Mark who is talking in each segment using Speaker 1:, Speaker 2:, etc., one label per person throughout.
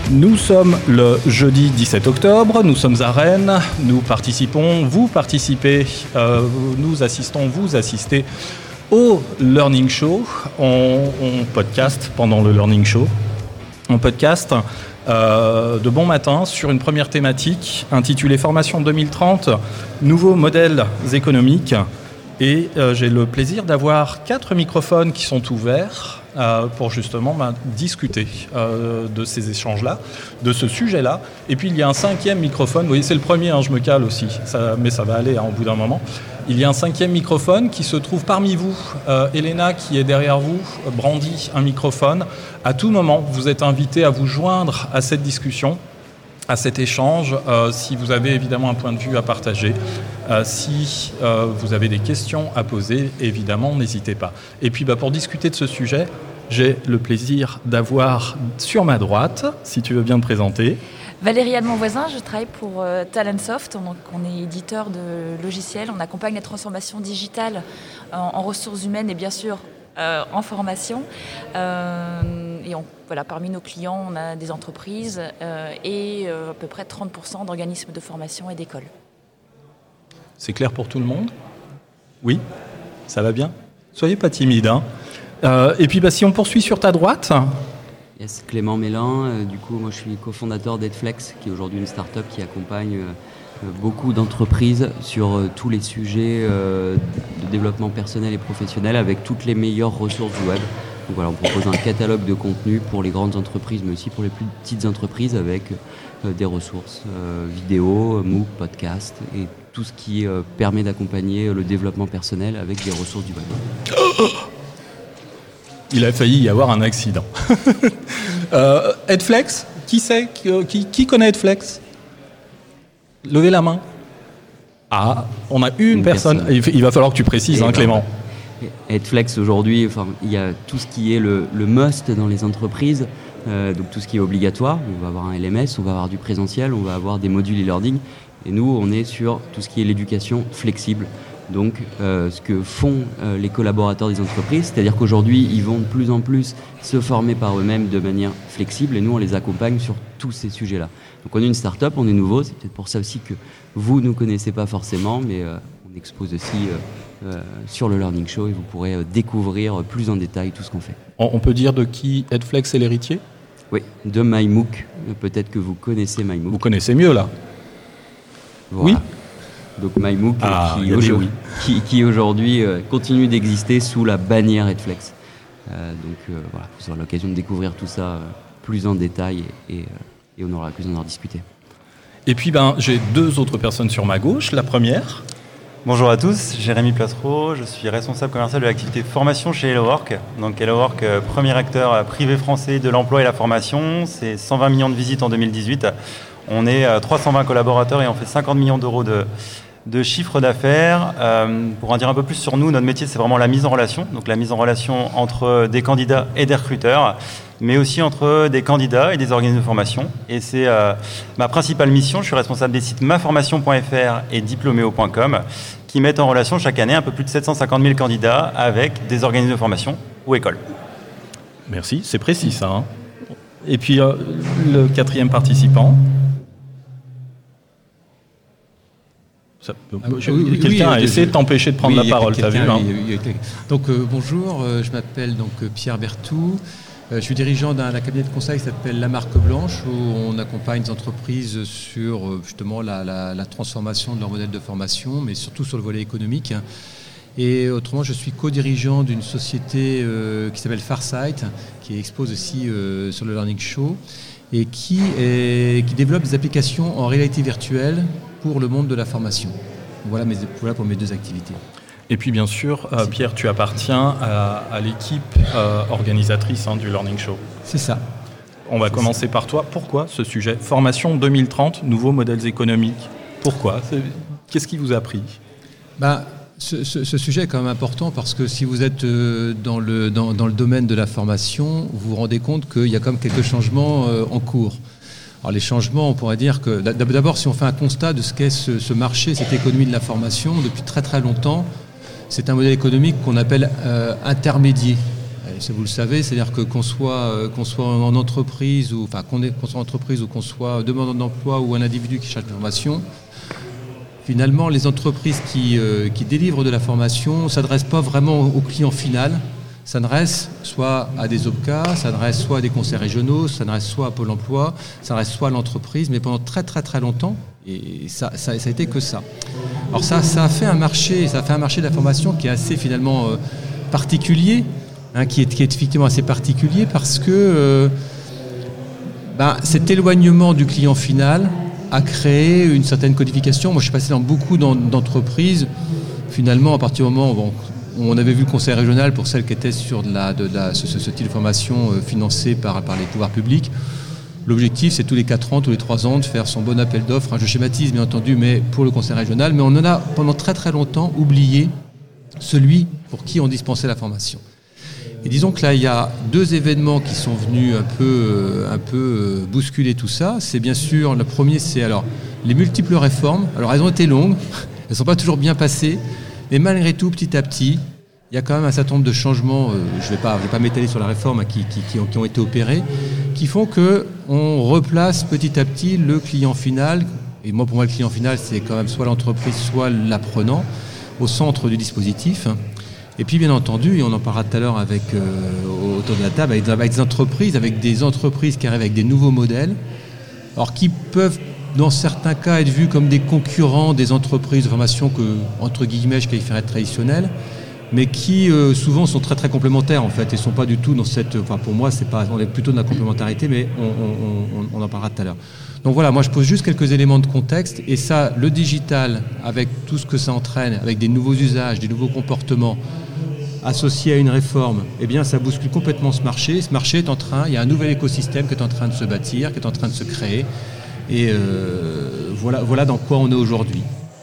Speaker 1: Nous sommes le jeudi 17 octobre, nous sommes à Rennes, nous participons, vous participez, nous assistons, vous assistez au Learning Show. On podcast pendant le Learning Show. On podcast de bon matin sur une première thématique intitulée Formation 2030, nouveaux modèles économiques. Et j'ai le plaisir d'avoir 4 microphones qui sont ouverts pour justement discuter de ces échanges-là, de ce sujet-là. Et puis il y a un 5e microphone, vous voyez c'est le premier, je me cale aussi, mais ça va aller au bout d'un moment. Il y a un 5e microphone qui se trouve parmi vous. Elena qui est derrière vous brandit un microphone. À tout moment, vous êtes invité à vous joindre à cette discussion, à cet échange, si vous avez évidemment un point de vue à partager, si vous avez des questions à poser, évidemment, n'hésitez pas. Et puis pour discuter de ce sujet, j'ai le plaisir d'avoir sur ma droite, si tu veux bien te présenter.
Speaker 2: Valérie Monvoisin, je travaille pour Talentsoft, donc on est éditeur de logiciels, on accompagne la transformation digitale en ressources humaines et bien sûr en formation. Et parmi nos clients, on a des entreprises et à peu près 30% d'organismes de formation et d'écoles.
Speaker 1: C'est clair pour tout le monde ? Oui ? Ça va bien ? Soyez pas timide. Et puis si on poursuit sur ta droite.
Speaker 3: Yes, Clément Mélin, du coup moi je suis cofondateur d'Edflex, qui est aujourd'hui une start-up qui accompagne beaucoup d'entreprises sur tous les sujets de développement personnel et professionnel avec toutes les meilleures ressources du web. Donc voilà, on propose un catalogue de contenu pour les grandes entreprises mais aussi pour les plus petites entreprises avec des ressources vidéo, MOOC, podcast et tout ce qui permet d'accompagner le développement personnel avec des ressources du web.
Speaker 1: Il a failli y avoir un accident. Edflex, qui connaît Edflex ? Levez la main. Ah, on a une personne. Il va falloir que tu précises, Clément.
Speaker 3: Edflex, aujourd'hui, il y a tout ce qui est le must dans les entreprises, donc tout ce qui est obligatoire. On va avoir un LMS, on va avoir du présentiel, on va avoir des modules e-learning. Et nous, on est sur tout ce qui est l'éducation flexible. Donc, ce que font les collaborateurs des entreprises, c'est-à-dire qu'aujourd'hui, ils vont de plus en plus se former par eux-mêmes de manière flexible et nous, on les accompagne sur tous ces sujets-là. Donc, on est une start-up, on est nouveau, c'est peut-être pour ça aussi que vous ne nous connaissez pas forcément, mais on expose aussi sur le Learning Show et vous pourrez découvrir plus en détail tout ce qu'on fait.
Speaker 1: On peut dire de qui Edflex est l'héritier ?
Speaker 3: Oui, de MyMOOC. Peut-être que vous connaissez MyMOOC.
Speaker 1: Vous connaissez mieux, là ?
Speaker 3: Voilà.
Speaker 1: Oui.
Speaker 3: Donc MyMOOC qui aujourd'hui continue d'exister sous la bannière Edflex. Vous aurez l'occasion de découvrir tout ça plus en détail et on aura l'occasion d'en discuter. Et puis
Speaker 1: j'ai 2 autres personnes sur ma gauche. La première.
Speaker 4: Bonjour à tous, Jérémy Platreau, je suis responsable commercial de l'activité formation chez HelloWork. Donc HelloWork, premier acteur privé français de l'emploi et la formation, c'est 120 millions de visites en 2018. On est 320 collaborateurs et on fait 50 millions d'euros de chiffre d'affaires. Pour en dire un peu plus sur nous, notre métier, c'est vraiment la mise en relation. Donc la mise en relation entre des candidats et des recruteurs, mais aussi entre des candidats et des organismes de formation. Et c'est ma principale mission. Je suis responsable des sites maformation.fr et diplomeo.com qui mettent en relation chaque année un peu plus de 750 000 candidats avec des organismes de formation ou écoles.
Speaker 1: Merci, c'est précis ça. Et puis le 4e participant. Quelqu'un a essayé de t'empêcher de prendre la parole, t'as vu
Speaker 5: Donc bonjour, je m'appelle Pierre Berthoud. Je suis dirigeant d'un cabinet de conseil qui s'appelle La Marque Blanche, où on accompagne des entreprises sur justement la transformation de leur modèle de formation, mais surtout sur le volet économique. Et autrement, je suis co-dirigeant d'une société qui s'appelle Farsight, qui expose aussi sur le Learning Show, et qui développe des applications en réalité virtuelle pour le monde de la formation. Voilà pour mes 2 activités.
Speaker 1: Et puis bien sûr, Pierre, tu appartiens à l'équipe organisatrice du Learning Show.
Speaker 5: C'est ça.
Speaker 1: On va commencer par toi. Pourquoi ce sujet ? Formation 2030, nouveaux modèles économiques. Pourquoi ? Qu'est-ce qui vous a pris ?
Speaker 5: Ce sujet est quand même important parce que si vous êtes dans le domaine de la formation, vous vous rendez compte qu'il y a quand même quelques changements en cours. Alors les changements, on pourrait dire que d'abord, si on fait un constat de ce qu'est ce marché, cette économie de la formation, depuis très très longtemps, c'est un modèle économique qu'on appelle intermédiaire. Ça, vous le savez, c'est-à-dire que qu'on soit en entreprise ou qu'on soit en entreprise ou qu'on soit demandeur d'emploi ou un individu qui cherche de formation, finalement, les entreprises qui délivrent de la formation ne s'adressent pas vraiment au client final. S'adressent soit à des OPCA, s'adressent soit à des conseils régionaux, s'adressent soit à Pôle emploi, s'adressent soit à l'entreprise, mais pendant très très très longtemps, et ça a été que ça. Alors ça a fait un marché de la formation qui est assez finalement particulier, qui est effectivement assez particulier parce que cet éloignement du client final a créé une certaine codification. Moi, je suis passé dans beaucoup d'entreprises. Finalement, à partir du moment où on avait vu le conseil régional pour celles qui étaient sur ce type de formation financée par les pouvoirs publics, l'objectif, c'est tous les 4 ans, tous les 3 ans, de faire son bon appel d'offres. Je schématise, bien entendu, mais pour le conseil régional. Mais on en a, pendant très très longtemps, oublié celui pour qui on dispensait la formation. Et disons que là, il y a 2 événements qui sont venus un peu bousculer tout ça. C'est bien sûr, le premier, c'est alors les multiples réformes. Alors, elles ont été longues, elles ne sont pas toujours bien passées, mais malgré tout, petit à petit, il y a quand même un certain nombre de changements, je vais pas m'étaler sur la réforme, qui ont été opérés, qui font qu'on replace petit à petit le client final, et pour moi, le client final, c'est quand même soit l'entreprise, soit l'apprenant, au centre du dispositif. Et puis, bien entendu, et on en parlera tout à l'heure autour de la table, avec des entreprises qui arrivent avec des nouveaux modèles, alors qui peuvent, dans certains cas, être vus comme des concurrents des entreprises de formation que, entre guillemets, je qualifierais de traditionnelles, mais qui souvent sont très très complémentaires en fait, et sont pas du tout dans cette. Enfin, pour moi, on est plutôt dans la complémentarité, mais on en parlera tout à l'heure. Donc voilà, moi je pose juste quelques éléments de contexte, et ça, le digital, avec tout ce que ça entraîne, avec des nouveaux usages, des nouveaux comportements, associés à une réforme, eh bien ça bouscule complètement ce marché. Ce marché est il y a un nouvel écosystème qui est en train de se bâtir, qui est en train de se créer, et voilà dans quoi on est aujourd'hui.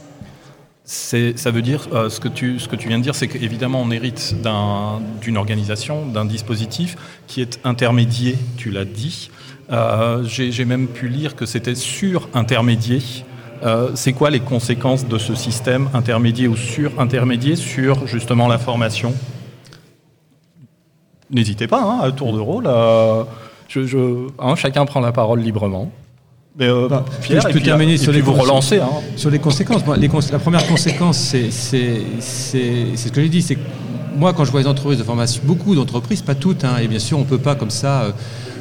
Speaker 1: Ça veut dire, ce que tu viens de dire, c'est qu'évidemment on hérite d'une organisation, d'un dispositif qui est intermédié, tu l'as dit. J'ai même pu lire que c'était sur-intermédié. C'est quoi les conséquences de ce système intermédié ou sur-intermédié sur justement la formation ? N'hésitez pas, à tour de rôle. Chacun prend la parole librement. Mais Pierre,
Speaker 5: je peux terminer sur les
Speaker 1: relancer.
Speaker 5: Sur les conséquences. La première conséquence, c'est ce que j'ai dit, c'est que moi, quand je vois les entreprises de formation, beaucoup d'entreprises, pas toutes, et bien sûr, on peut pas comme ça,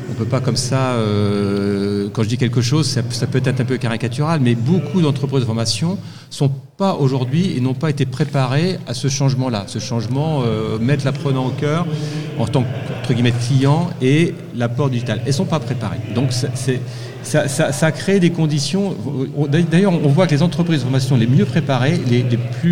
Speaker 5: quand je dis quelque chose, ça peut être un peu caricatural, mais beaucoup d'entreprises de formation sont pas aujourd'hui et n'ont pas été préparées à ce changement-là. Ce changement, mettre l'apprenant au cœur en tant qu'entre guillemets client et l'apport digital. Elles sont pas préparées. Donc ça crée des conditions. D'ailleurs, on voit que les entreprises de formation les mieux préparées, les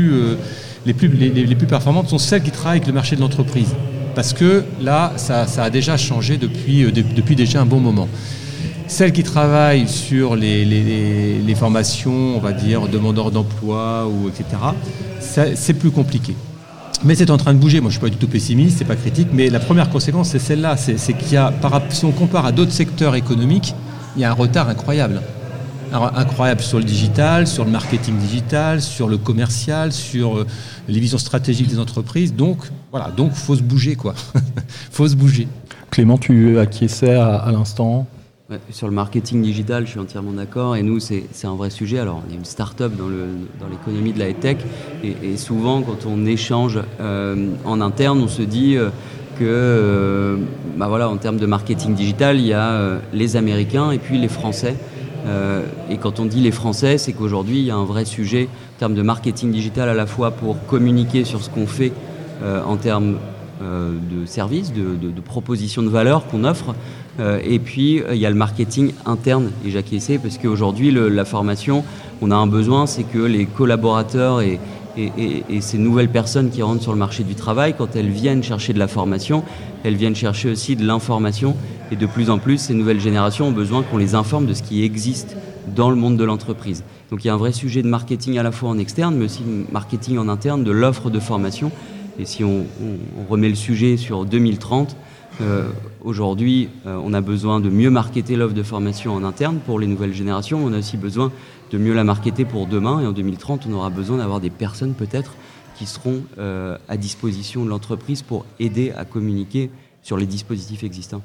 Speaker 5: plus performantes sont celles qui travaillent avec le marché de l'entreprise. Parce que là, ça a déjà changé depuis déjà un bon moment. Celles qui travaillent sur les formations, on va dire, demandeurs d'emploi, etc., c'est plus compliqué. Mais c'est en train de bouger. Moi, je ne suis pas du tout pessimiste, c'est pas critique, mais la première conséquence, c'est celle-là. C'est qu'il y a, si on compare à d'autres secteurs économiques, il y a un retard incroyable. Incroyable sur le digital, sur le marketing digital, sur le commercial, sur les visions stratégiques des entreprises. Donc, voilà, faut se bouger, quoi. Faut se bouger.
Speaker 1: Clément, tu acquiesçais à l'instant ?
Speaker 3: Ouais, sur le marketing digital, je suis entièrement d'accord. Et nous, c'est un vrai sujet. Alors, on est une start-up dans l'économie de la tech. Et souvent, quand on échange en interne, on se dit que, en termes de marketing digital, il y a les Américains et puis les Français. Et quand on dit les Français, c'est qu'aujourd'hui, il y a un vrai sujet en termes de marketing digital, à la fois pour communiquer sur ce qu'on fait en termes de services, de propositions de valeur qu'on offre. Et puis, il y a le marketing interne. Et j'acquiesçais parce qu'aujourd'hui, la formation, on a un besoin, c'est que les collaborateurs et ces nouvelles personnes qui rentrent sur le marché du travail, quand elles viennent chercher de la formation, elles viennent chercher aussi de l'information. Et de plus en plus, ces nouvelles générations ont besoin qu'on les informe de ce qui existe dans le monde de l'entreprise. Donc il y a un vrai sujet de marketing à la fois en externe, mais aussi marketing en interne de l'offre de formation. Et si on remet le sujet sur 2030, aujourd'hui, on a besoin de mieux marketer l'offre de formation en interne pour les nouvelles générations. On a aussi besoin de mieux la marketer pour demain. Et en 2030, on aura besoin d'avoir des personnes peut-être qui seront à disposition de l'entreprise pour aider à communiquer sur les dispositifs existants.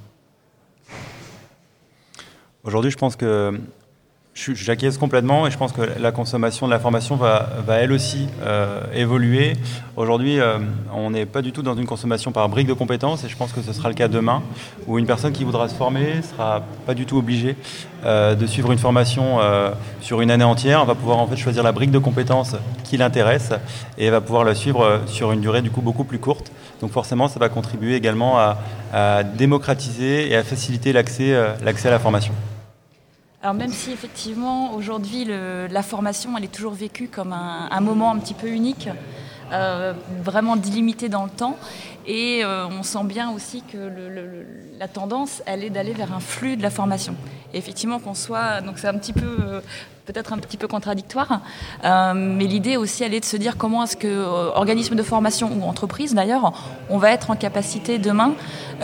Speaker 4: Aujourd'hui, je pense que j'acquiesce complètement et je pense que la consommation de la formation va elle aussi évoluer. Aujourd'hui, on n'est pas du tout dans une consommation par brique de compétences et je pense que ce sera le cas demain où une personne qui voudra se former ne sera pas du tout obligée de suivre une formation sur une année entière. On va pouvoir en fait choisir la brique de compétences qui l'intéresse et va pouvoir la suivre sur une durée du coup beaucoup plus courte. Donc forcément, ça va contribuer également à démocratiser et à faciliter l'accès à la formation.
Speaker 2: Alors même si effectivement aujourd'hui la formation elle est toujours vécue comme un moment un petit peu unique, vraiment délimité dans le temps, et on sent bien aussi que la tendance elle est d'aller vers un flux de la formation. Et effectivement qu'on soit, donc c'est un petit peu peut-être un petit peu contradictoire, mais l'idée aussi elle est de se dire comment est-ce que organismes de formation ou entreprises d'ailleurs, on va être en capacité demain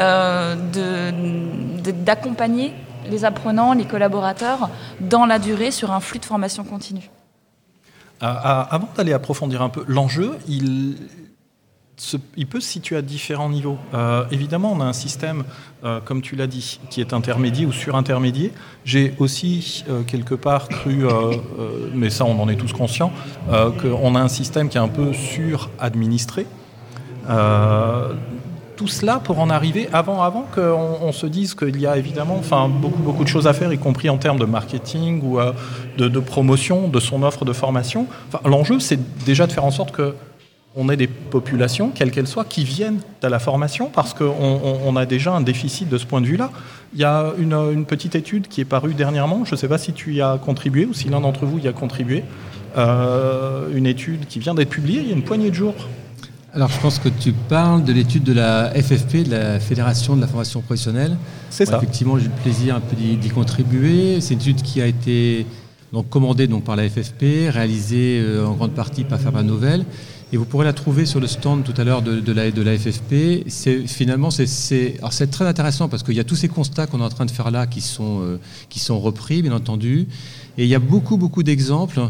Speaker 2: d'accompagner les apprenants, les collaborateurs, dans la durée, sur un flux de formation continue.
Speaker 1: Avant d'aller approfondir un peu l'enjeu, il peut se situer à différents niveaux. Évidemment, on a un système, comme tu l'as dit, qui est intermédié ou surintermédié. J'ai aussi, quelque part, cru, mais ça on en est tous conscients, qu'on a un système qui est un peu suradministré. Tout cela pour en arriver avant qu'on se dise qu'il y a évidemment beaucoup de choses à faire, y compris en termes de marketing ou de promotion de son offre de formation. L'enjeu, c'est déjà de faire en sorte qu'on ait des populations, quelles qu'elles soient, qui viennent à la formation, parce qu'on a déjà un déficit de ce point de vue-là. Il y a une petite étude qui est parue dernièrement, je ne sais pas si tu y as contribué ou si l'un d'entre vous y a contribué, une étude qui vient d'être publiée il y a une poignée de jours.
Speaker 5: Alors, je pense que tu parles de l'étude de la FFP, de la Fédération de la formation professionnelle.
Speaker 1: C'est ça.
Speaker 5: Effectivement, j'ai eu le plaisir un peu d'y contribuer. C'est une étude qui a été commandée par la FFP, réalisée en grande partie par Faber Novel. Et vous pourrez la trouver sur le stand tout à l'heure de la FFP. C'est très intéressant parce qu'il y a tous ces constats qu'on est en train de faire là qui sont repris, bien entendu. Et il y a beaucoup d'exemples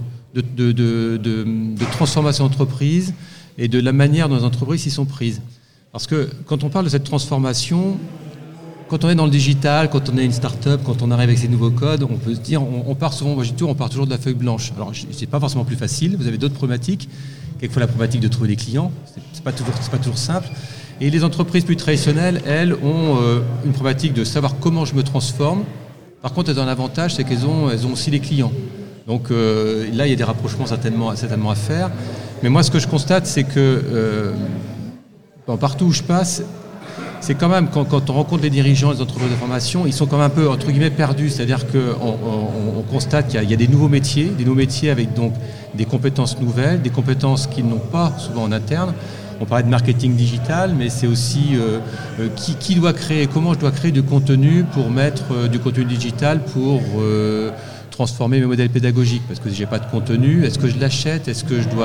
Speaker 5: de transformation d'entreprise et de la manière dont les entreprises s'y sont prises. Parce que quand on parle de cette transformation, quand on est dans le digital, quand on est une start-up, quand on arrive avec ces nouveaux codes, on peut se dire, on part toujours de la feuille blanche. Alors, c'est pas forcément plus facile, vous avez d'autres problématiques. Quelquefois, la problématique de trouver des clients, c'est pas toujours simple. Et les entreprises plus traditionnelles, elles, ont une problématique de savoir comment je me transforme. Par contre, elles ont un avantage, c'est qu'elles ont aussi les clients. Donc là, il y a des rapprochements certainement à faire. Mais moi, ce que je constate, c'est que partout où je passe, c'est quand même, quand on rencontre les dirigeants des entreprises de formation, ils sont quand même un peu, entre guillemets, perdus. C'est-à-dire qu'on constate qu'il y a des nouveaux métiers avec donc des compétences nouvelles, des compétences qu'ils n'ont pas souvent en interne. On parlait de marketing digital, mais c'est aussi qui doit créer, comment je dois créer du contenu pour mettre du contenu digital pour transformer mes modèles pédagogiques, parce que si j'ai pas de contenu, est-ce que je l'achète, est-ce que je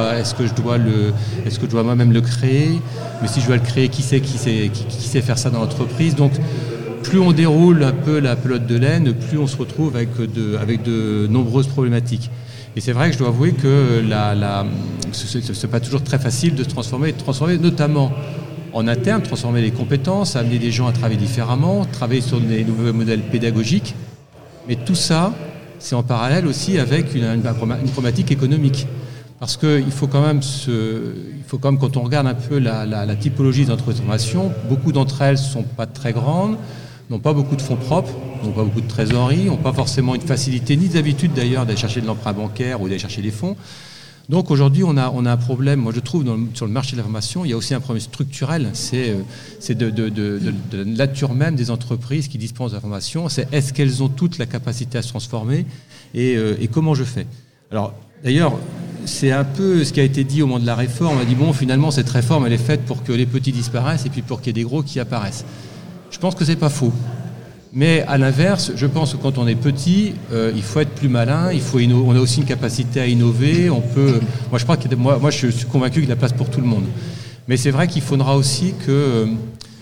Speaker 5: dois moi-même le créer, mais si je dois le créer, qui sait faire ça dans l'entreprise. Donc plus on déroule un peu la pelote de laine, plus on se retrouve avec de nombreuses problématiques. Et c'est vrai que je dois avouer que c'est pas toujours très facile de se transformer notamment en interne, transformer les compétences, amener des gens à travailler différemment, travailler sur des nouveaux modèles pédagogiques. Mais tout ça, c'est en parallèle aussi avec une problématique économique. Parce qu'il faut quand même, quand on regarde un peu la typologie des entreprises de formation, beaucoup d'entre elles ne sont pas très grandes, n'ont pas beaucoup de fonds propres, n'ont pas beaucoup de trésorerie, n'ont pas forcément une facilité ni d'habitude d'ailleurs d'aller chercher de l'emprunt bancaire ou d'aller chercher des fonds. Donc aujourd'hui, on a un problème, moi je trouve, sur le marché de la formation, il y a aussi un problème structurel, c'est de la nature même des entreprises qui dispensent de la formation, c'est est-ce qu'elles ont toute la capacité à se transformer et comment je fais. Alors d'ailleurs, c'est un peu ce qui a été dit au moment de la réforme, on a dit bon, finalement cette réforme elle est faite pour que les petits disparaissent et puis pour qu'il y ait des gros qui apparaissent. Je pense que c'est pas faux. Mais à l'inverse, je pense que quand on est petit, il faut être plus malin, on a aussi une capacité à innover. Moi, je suis convaincu qu'il y a de la place pour tout le monde. Mais c'est vrai qu'il faudra aussi que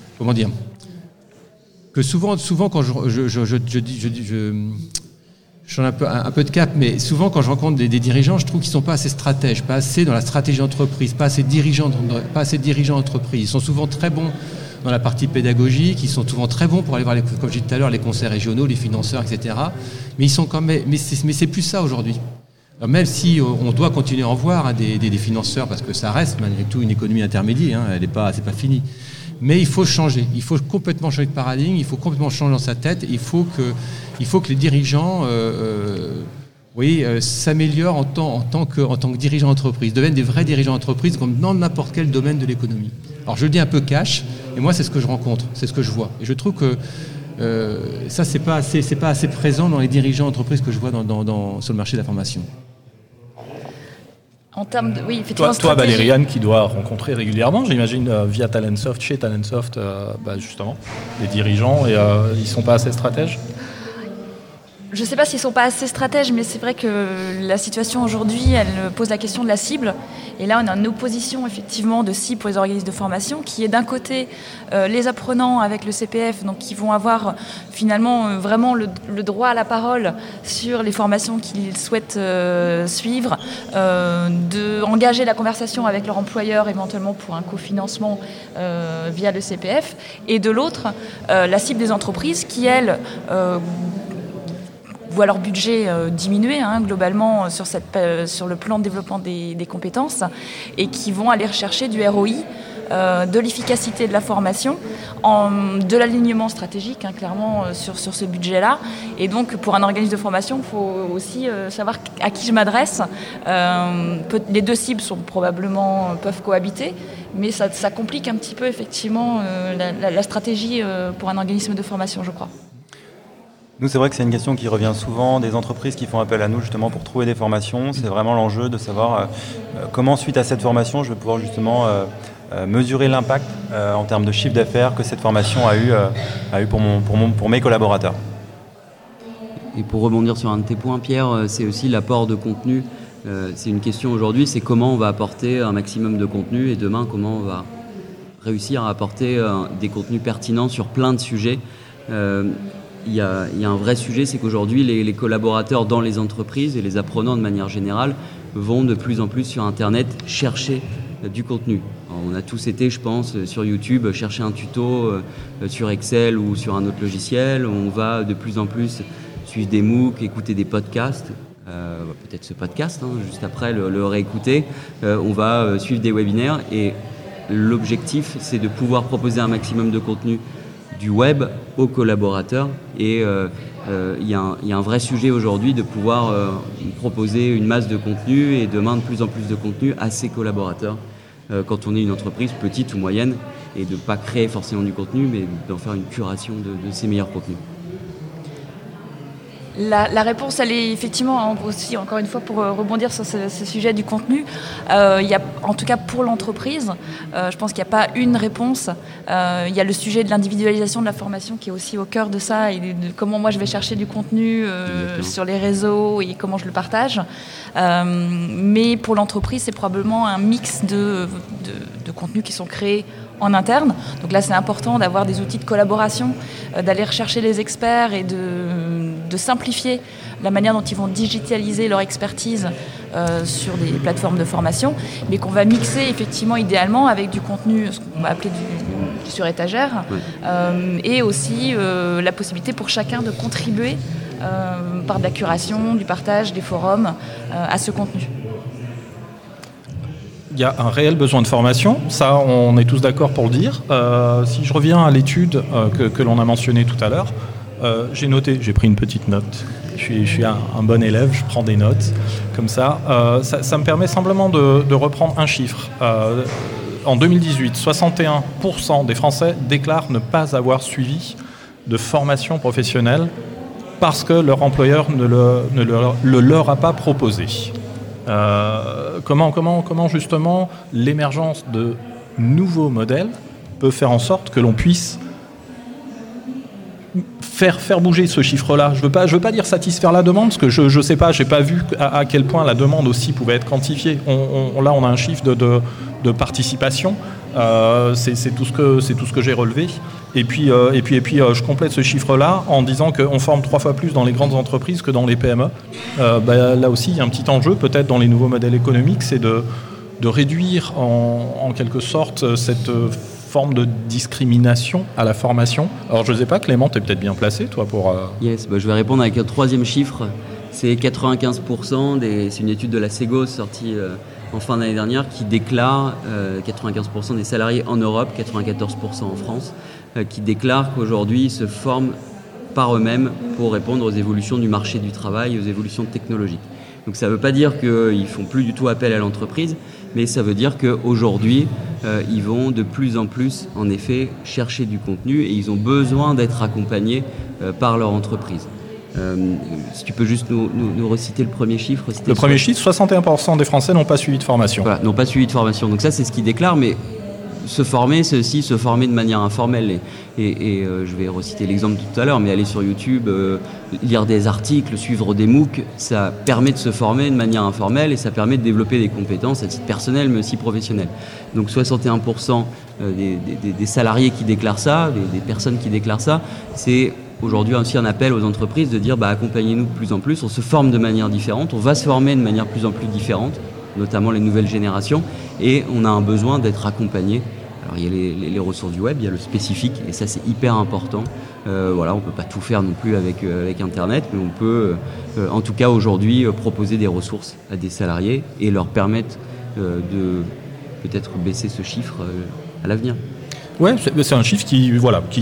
Speaker 5: souvent quand je je change un peu de cap, mais souvent quand je rencontre des dirigeants, je trouve qu'ils ne sont pas assez stratèges, pas assez dans la stratégie d'entreprise, pas assez dirigeants d'entreprise. Ils sont souvent très bons dans la partie pédagogique, ils sont souvent très bons pour aller voir, comme je disais tout à l'heure, les conseils régionaux, les financeurs, etc. Mais c'est plus ça aujourd'hui. Alors même si on doit continuer à en voir des financeurs, parce que ça reste malgré tout une économie intermédiaire, c'est pas fini. Mais il faut changer, il faut complètement changer de paradigme, il faut complètement changer dans sa tête, il faut que les dirigeants s'améliorent en tant que dirigeants d'entreprise, deviennent des vrais dirigeants d'entreprise comme dans n'importe quel domaine de l'économie. Alors je le dis un peu cash, et moi c'est ce que je rencontre, c'est ce que je vois. Et je trouve que ça c'est pas assez présent dans les dirigeants d'entreprise que je vois sur le marché de la formation.
Speaker 2: En termes de, oui, effectivement,
Speaker 1: toi Valériane, qui doit rencontrer régulièrement, j'imagine, via Talentsoft, chez Talentsoft, justement, les dirigeants, et ils ne sont pas assez stratèges ?
Speaker 2: Je ne sais pas s'ils ne sont pas assez stratèges, mais c'est vrai que la situation aujourd'hui, elle pose la question de la cible. Et là, on a une opposition effectivement de cible pour les organismes de formation, qui est d'un côté les apprenants avec le CPF, donc qui vont avoir finalement vraiment le droit à la parole sur les formations qu'ils souhaitent suivre, d'engager la conversation avec leur employeur éventuellement pour un cofinancement via le CPF. Et de l'autre, la cible des entreprises qui, elles, voient leur budget diminuer globalement sur le plan de développement des compétences et qui vont aller rechercher du ROI, de l'efficacité de la formation, de l'alignement stratégique clairement sur ce budget-là. Et donc pour un organisme de formation, il faut aussi savoir à qui je m'adresse. Les deux cibles peuvent cohabiter, mais ça complique un petit peu effectivement la stratégie pour un organisme de formation, je crois.
Speaker 4: Nous, c'est vrai que c'est une question qui revient souvent des entreprises qui font appel à nous justement pour trouver des formations. C'est vraiment l'enjeu de savoir comment, suite à cette formation, je vais pouvoir justement mesurer l'impact en termes de chiffre d'affaires que cette formation a eu pour mes collaborateurs.
Speaker 3: Et pour rebondir sur un de tes points, Pierre, c'est aussi l'apport de contenu. C'est une question aujourd'hui, c'est comment on va apporter un maximum de contenu et demain, comment on va réussir à apporter des contenus pertinents sur plein de sujets. Il y a un vrai sujet, c'est qu'aujourd'hui, les collaborateurs dans les entreprises et les apprenants de manière générale vont de plus en plus sur Internet chercher du contenu. Alors, on a tous été, je pense, sur YouTube, chercher un tuto sur Excel ou sur un autre logiciel. On va de plus en plus suivre des MOOC, écouter des podcasts. Peut-être ce podcast, juste après le réécouter. On va suivre des webinaires et l'objectif, c'est de pouvoir proposer un maximum de contenu du web aux collaborateurs et il y a un vrai sujet aujourd'hui de pouvoir proposer une masse de contenu et demain de plus en plus de contenu à ses collaborateurs quand on est une entreprise petite ou moyenne et de ne pas créer forcément du contenu mais d'en faire une curation de ses meilleurs contenus.
Speaker 2: La réponse, elle est effectivement aussi, encore une fois, pour rebondir sur ce sujet du contenu. Il y a, en tout cas pour l'entreprise, je pense qu'il n'y a pas une réponse. Il y a le sujet de l'individualisation de la formation qui est aussi au cœur de ça et de comment moi je vais chercher du contenu sur les réseaux et comment je le partage. Mais pour l'entreprise, c'est probablement un mix de contenus qui sont créés en interne. Donc là, c'est important d'avoir des outils de collaboration, d'aller rechercher les experts et de simplifier la manière dont ils vont digitaliser leur expertise sur des plateformes de formation, mais qu'on va mixer effectivement idéalement avec du contenu, ce qu'on va appeler du sur étagère, et aussi la possibilité pour chacun de contribuer par de la curation, du partage, des forums à ce contenu.
Speaker 1: Il y a un réel besoin de formation, ça on est tous d'accord pour le dire. Si je reviens à l'étude que l'on a mentionnée tout à l'heure, j'ai pris une petite note. Je suis un bon élève, je prends des notes comme ça. Ça me permet simplement de reprendre un chiffre. En 2018, 61% des Français déclarent ne pas avoir suivi de formation professionnelle parce que leur employeur ne leur a pas proposé. Comment justement l'émergence de nouveaux modèles peut faire en sorte que l'on puisse faire bouger ce chiffre-là. Je veux pas dire satisfaire la demande, parce que je sais pas, j'ai pas vu à quel point la demande aussi pouvait être quantifiée. Là, on a un chiffre de participation. C'est tout ce que j'ai relevé. Et puis, je complète ce chiffre-là en disant qu'on forme 3 fois plus dans les grandes entreprises que dans les PME. Là aussi, il y a un petit enjeu, peut-être dans les nouveaux modèles économiques, c'est de réduire en quelque sorte cette forme de discrimination à la formation. Alors, je ne sais pas, Clément, tu es peut-être bien placé, toi, pour...
Speaker 3: Yes, je vais répondre avec un troisième chiffre. C'est 95%, c'est une étude de la Segos sortie en fin d'année dernière qui déclare 95% des salariés en Europe, 94% en France, qui déclarent qu'aujourd'hui ils se forment par eux-mêmes pour répondre aux évolutions du marché du travail, aux évolutions technologiques. Donc ça ne veut pas dire qu'ils ne font plus du tout appel à l'entreprise, mais ça veut dire qu'aujourd'hui, ils vont de plus en plus, en effet, chercher du contenu et ils ont besoin d'être accompagnés par leur entreprise. Si tu peux juste nous reciter le premier chiffre.
Speaker 1: Le premier chiffre, 61% des Français n'ont pas suivi de formation.
Speaker 3: Voilà, n'ont pas suivi de formation. Donc ça, c'est ce qu'ils déclarent, mais se former, c'est aussi se former de manière informelle. Et je vais reciter l'exemple tout à l'heure, mais aller sur YouTube, lire des articles, suivre des MOOC, ça permet de se former de manière informelle et ça permet de développer des compétences à titre personnel, mais aussi professionnel. Donc 61% des salariés qui déclarent ça, des personnes qui déclarent ça, c'est aujourd'hui aussi un appel aux entreprises de dire accompagnez-nous de plus en plus, on se forme de manière différente, on va se former de manière de plus en plus différente, notamment les nouvelles générations, et on a un besoin d'être accompagné. Alors il y a les ressources du web, il y a le spécifique, et ça c'est hyper important. On ne peut pas tout faire non plus avec Internet, mais on peut en tout cas aujourd'hui proposer des ressources à des salariés et leur permettre de peut-être baisser ce chiffre à l'avenir.
Speaker 1: Ouais, c'est un chiffre qui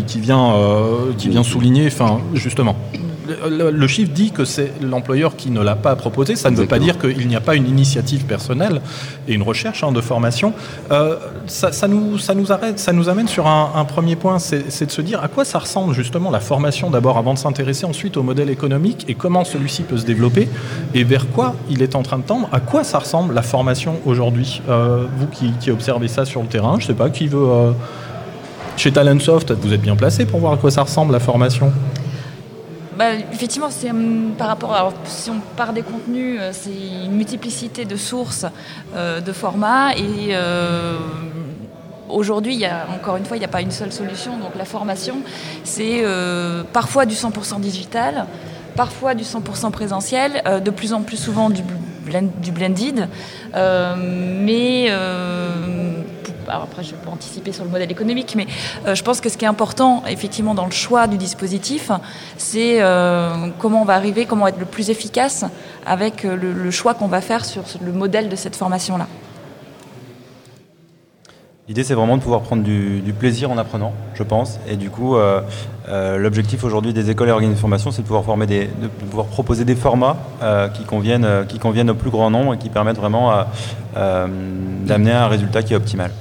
Speaker 1: vient souligner, justement. Le chiffre dit que c'est l'employeur qui ne l'a pas proposé. Ça ne veut pas dire qu'il n'y a pas une initiative personnelle et une recherche de formation. Ça nous amène sur un premier point, c'est de se dire à quoi ça ressemble justement la formation d'abord avant de s'intéresser ensuite au modèle économique et comment celui-ci peut se développer et vers quoi il est en train de tendre. À quoi ça ressemble la formation aujourd'hui, vous qui observez ça sur le terrain, je ne sais pas, qui veut... Chez Talentsoft, vous êtes bien placé pour voir à quoi ça ressemble la formation.
Speaker 2: Effectivement, c'est par rapport. Alors, si on part des contenus, c'est une multiplicité de sources, de formats. Et aujourd'hui, encore une fois, il n'y a pas une seule solution. Donc la formation, c'est parfois du 100% digital, parfois du 100% présentiel, de plus en plus souvent du blended. Alors après, je peux anticiper sur le modèle économique, mais je pense que ce qui est important, effectivement, dans le choix du dispositif, c'est comment on va arriver, comment être le plus efficace avec le choix qu'on va faire sur le modèle de cette formation-là.
Speaker 4: L'idée, c'est vraiment de pouvoir prendre du plaisir en apprenant, je pense. Et du coup, l'objectif aujourd'hui des écoles et organismes de formation, c'est de pouvoir proposer des formats qui conviennent au plus grand nombre et qui permettent vraiment d'amener à un résultat qui est optimal.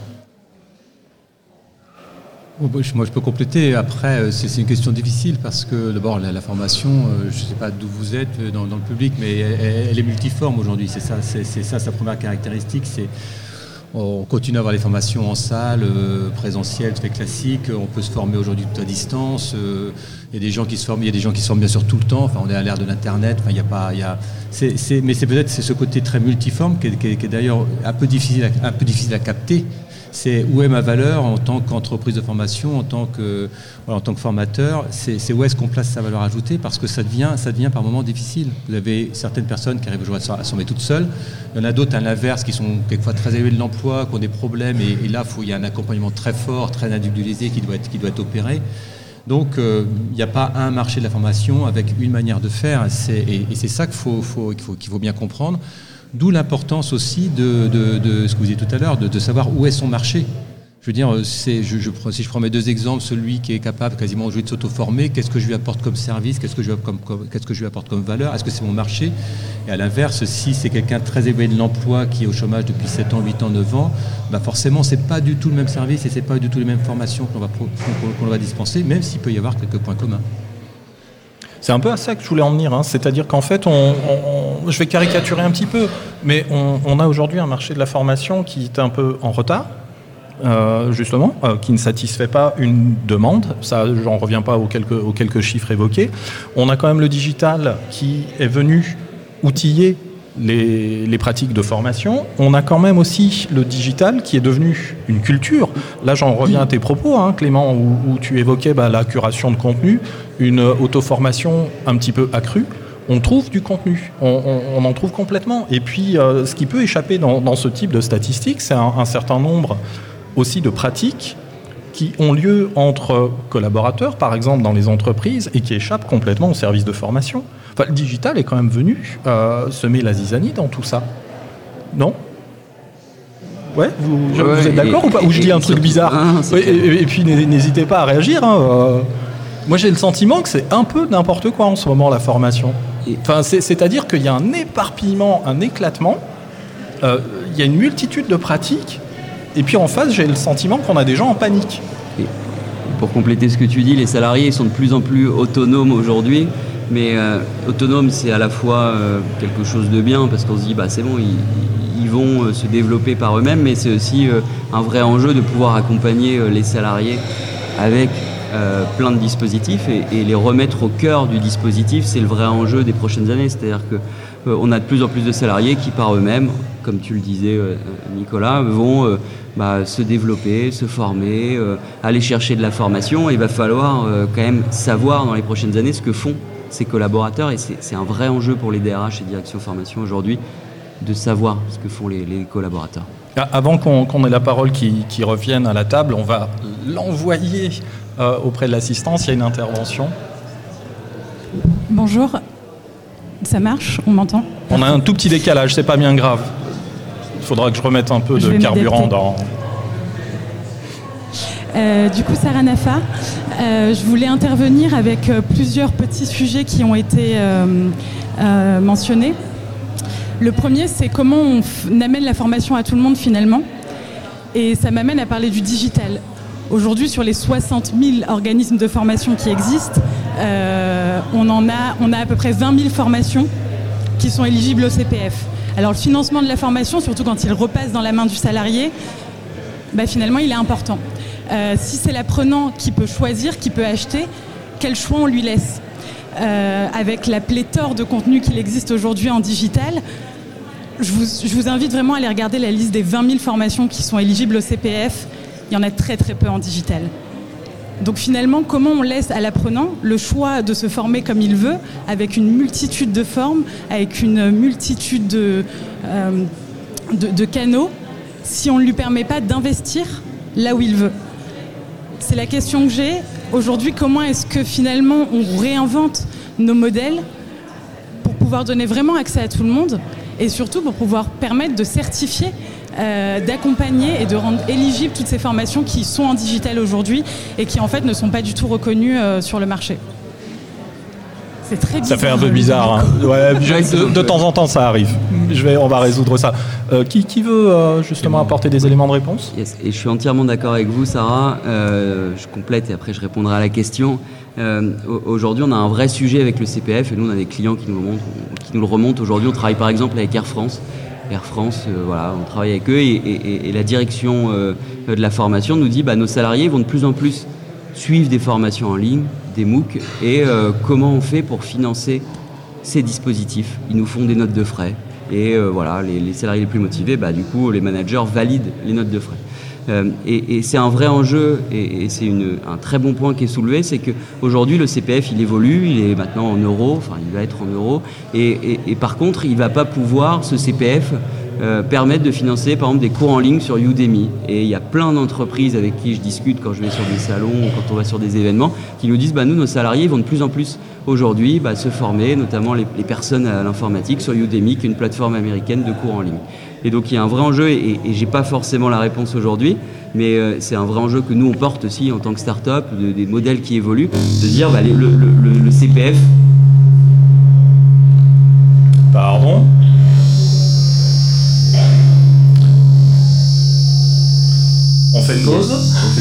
Speaker 5: Moi, je peux compléter. Après, c'est une question difficile parce que d'abord, la formation, je ne sais pas d'où vous êtes dans le public, mais elle est multiforme aujourd'hui. C'est ça sa première caractéristique. On continue à avoir les formations en salle, présentielles, très classiques. On peut se former aujourd'hui tout à distance. Il y a des gens qui se forment, bien sûr tout le temps. Enfin, on est à l'ère de l'internet. Enfin, mais c'est peut-être ce côté très multiforme qui est d'ailleurs un peu difficile à capter. C'est où est ma valeur en tant qu'entreprise de formation, en tant que formateur. C'est où est-ce qu'on place sa valeur ajoutée, parce que ça devient par moments difficile. Vous avez certaines personnes qui arrivent aujourd'hui à se former toutes seules. Il y en a d'autres à l'inverse qui sont quelquefois très éloignées de l'emploi, qui ont des problèmes, et là il y a un accompagnement très fort, très individualisé qui doit être opéré. Donc il n'y a pas un marché de la formation avec une manière de faire, et c'est ça qu'il faut bien comprendre. D'où l'importance aussi de ce que vous disiez tout à l'heure, de savoir où est son marché. Je veux dire, si je prends mes deux exemples, celui qui est capable quasiment aujourd'hui de s'auto-former, qu'est-ce que je lui apporte comme service, qu'est-ce que je lui apporte comme valeur, est-ce que c'est mon marché? Et à l'inverse, si c'est quelqu'un très éloigné de l'emploi qui est au chômage depuis 7 ans, 8 ans, 9 ans, forcément, c'est pas du tout le même service et c'est pas du tout les mêmes formations qu'on va dispenser, même s'il peut y avoir quelques points communs.
Speaker 1: C'est un peu à ça que je voulais en venir, c'est-à-dire qu'en fait, je vais caricaturer un petit peu, mais on a aujourd'hui un marché de la formation qui est un peu en retard, justement, qui ne satisfait pas une demande. Ça, j'en reviens pas aux quelques chiffres évoqués. On a quand même le digital qui est venu outiller les pratiques de formation. On a quand même aussi le digital qui est devenu une culture. là j'en reviens à tes propos, hein, Clément, où tu évoquais la curation de contenu, une auto-formation un petit peu accrue. On trouve du contenu, on en trouve complètement. Et puis, ce qui peut échapper dans ce type de statistiques, c'est un certain nombre aussi de pratiques qui ont lieu entre collaborateurs, par exemple dans les entreprises, et qui échappent complètement au service de formation. Enfin, le digital est quand même venu semer la zizanie dans tout ça. Non ? Ouais, vous êtes d'accord ou pas ? Ou je dis un truc bizarre ? Et puis n'hésitez pas à réagir. Hein, moi, j'ai le sentiment que c'est un peu n'importe quoi en ce moment, la formation. Enfin, c'est-à-dire qu'il y a un éparpillement, un éclatement. Il y a une multitude de pratiques. Et puis en face, j'ai le sentiment qu'on a des gens en panique.
Speaker 3: Et pour compléter ce que tu dis, les salariés sont de plus en plus autonomes aujourd'hui. Mais autonome, c'est à la fois quelque chose de bien, parce qu'on se dit, c'est bon, ils vont se développer par eux-mêmes, mais c'est aussi un vrai enjeu de pouvoir accompagner les salariés avec plein de dispositifs et les remettre au cœur du dispositif. C'est le vrai enjeu des prochaines années. C'est-à-dire qu'on a de plus en plus de salariés qui, par eux-mêmes, comme tu le disais, Nicolas, vont se développer, se former, aller chercher de la formation. Et il va falloir quand même savoir dans les prochaines années ce que font ces collaborateurs, et c'est un vrai enjeu pour les DRH et direction formation aujourd'hui de savoir ce que font les collaborateurs.
Speaker 1: Avant qu'on ait la parole qui revienne à la table, on va l'envoyer auprès de l'assistance. Il y a une intervention.
Speaker 6: Bonjour, ça marche ? On m'entend ?
Speaker 1: On a un tout petit décalage, c'est pas bien grave. Il faudra que je remette un peu de carburant dans...
Speaker 6: Du coup, Sarah Nafa, je voulais intervenir avec plusieurs petits sujets qui ont été mentionnés. Le premier, c'est comment on amène la formation à tout le monde finalement. Et ça m'amène à parler du digital. Aujourd'hui, sur les 60 000 organismes de formation qui existent, on a à peu près 20 000 formations qui sont éligibles au CPF. Alors le financement de la formation, surtout quand il repasse dans la main du salarié, finalement il est important. Si c'est l'apprenant qui peut choisir, qui peut acheter, quel choix on lui laisse ? Avec la pléthore de contenus qu'il existe aujourd'hui en digital, je vous invite vraiment à aller regarder la liste des 20 000 formations qui sont éligibles au CPF. Il y en a très très peu en digital. Donc finalement, comment on laisse à l'apprenant le choix de se former comme il veut, avec une multitude de formes, avec une multitude de canaux, si on ne lui permet pas d'investir là où il veut ? C'est la question que j'ai. Aujourd'hui, comment est-ce que finalement on réinvente nos modèles pour pouvoir donner vraiment accès à tout le monde et surtout pour pouvoir permettre de certifier, d'accompagner et de rendre éligibles toutes ces formations qui sont en digital aujourd'hui et qui en fait ne sont pas du tout reconnues sur le marché. C'est très bizarre.
Speaker 1: Ça fait un peu bizarre. Hein. Ouais, de temps en temps, ça arrive. On va résoudre ça. Qui veut justement apporter des éléments de réponse ?
Speaker 3: Yes. Et je suis entièrement d'accord avec vous, Sarah. Je complète et après je répondrai à la question. Aujourd'hui, on a un vrai sujet avec le CPF et nous, on a des clients qui nous le remontent. Aujourd'hui, on travaille par exemple avec Air France. Air France, on travaille avec eux et la direction de la formation nous dit nos salariés vont de plus en plus suivent des formations en ligne, des MOOC, et comment on fait pour financer ces dispositifs. Ils nous font des notes de frais, et les salariés les plus motivés, du coup, les managers valident les notes de frais. Et c'est un vrai enjeu, et c'est un très bon point qui est soulevé, c'est qu'aujourd'hui, le CPF, il évolue, il est maintenant en euros, il va être en euros, et par contre, il ne va pas pouvoir, ce CPF, permettre de financer par exemple des cours en ligne sur Udemy. Et il y a plein d'entreprises avec qui je discute quand je vais sur des salons ou quand on va sur des événements qui nous disent nous, nos salariés vont de plus en plus aujourd'hui se former, notamment les personnes à l'informatique sur Udemy, qui est une plateforme américaine de cours en ligne. Et donc il y a un vrai enjeu et j'ai pas forcément la réponse aujourd'hui, mais c'est un vrai enjeu que nous on porte aussi en tant que start-up, des modèles qui évoluent, de dire le CPF.
Speaker 1: Pardon ? On fait une pause ?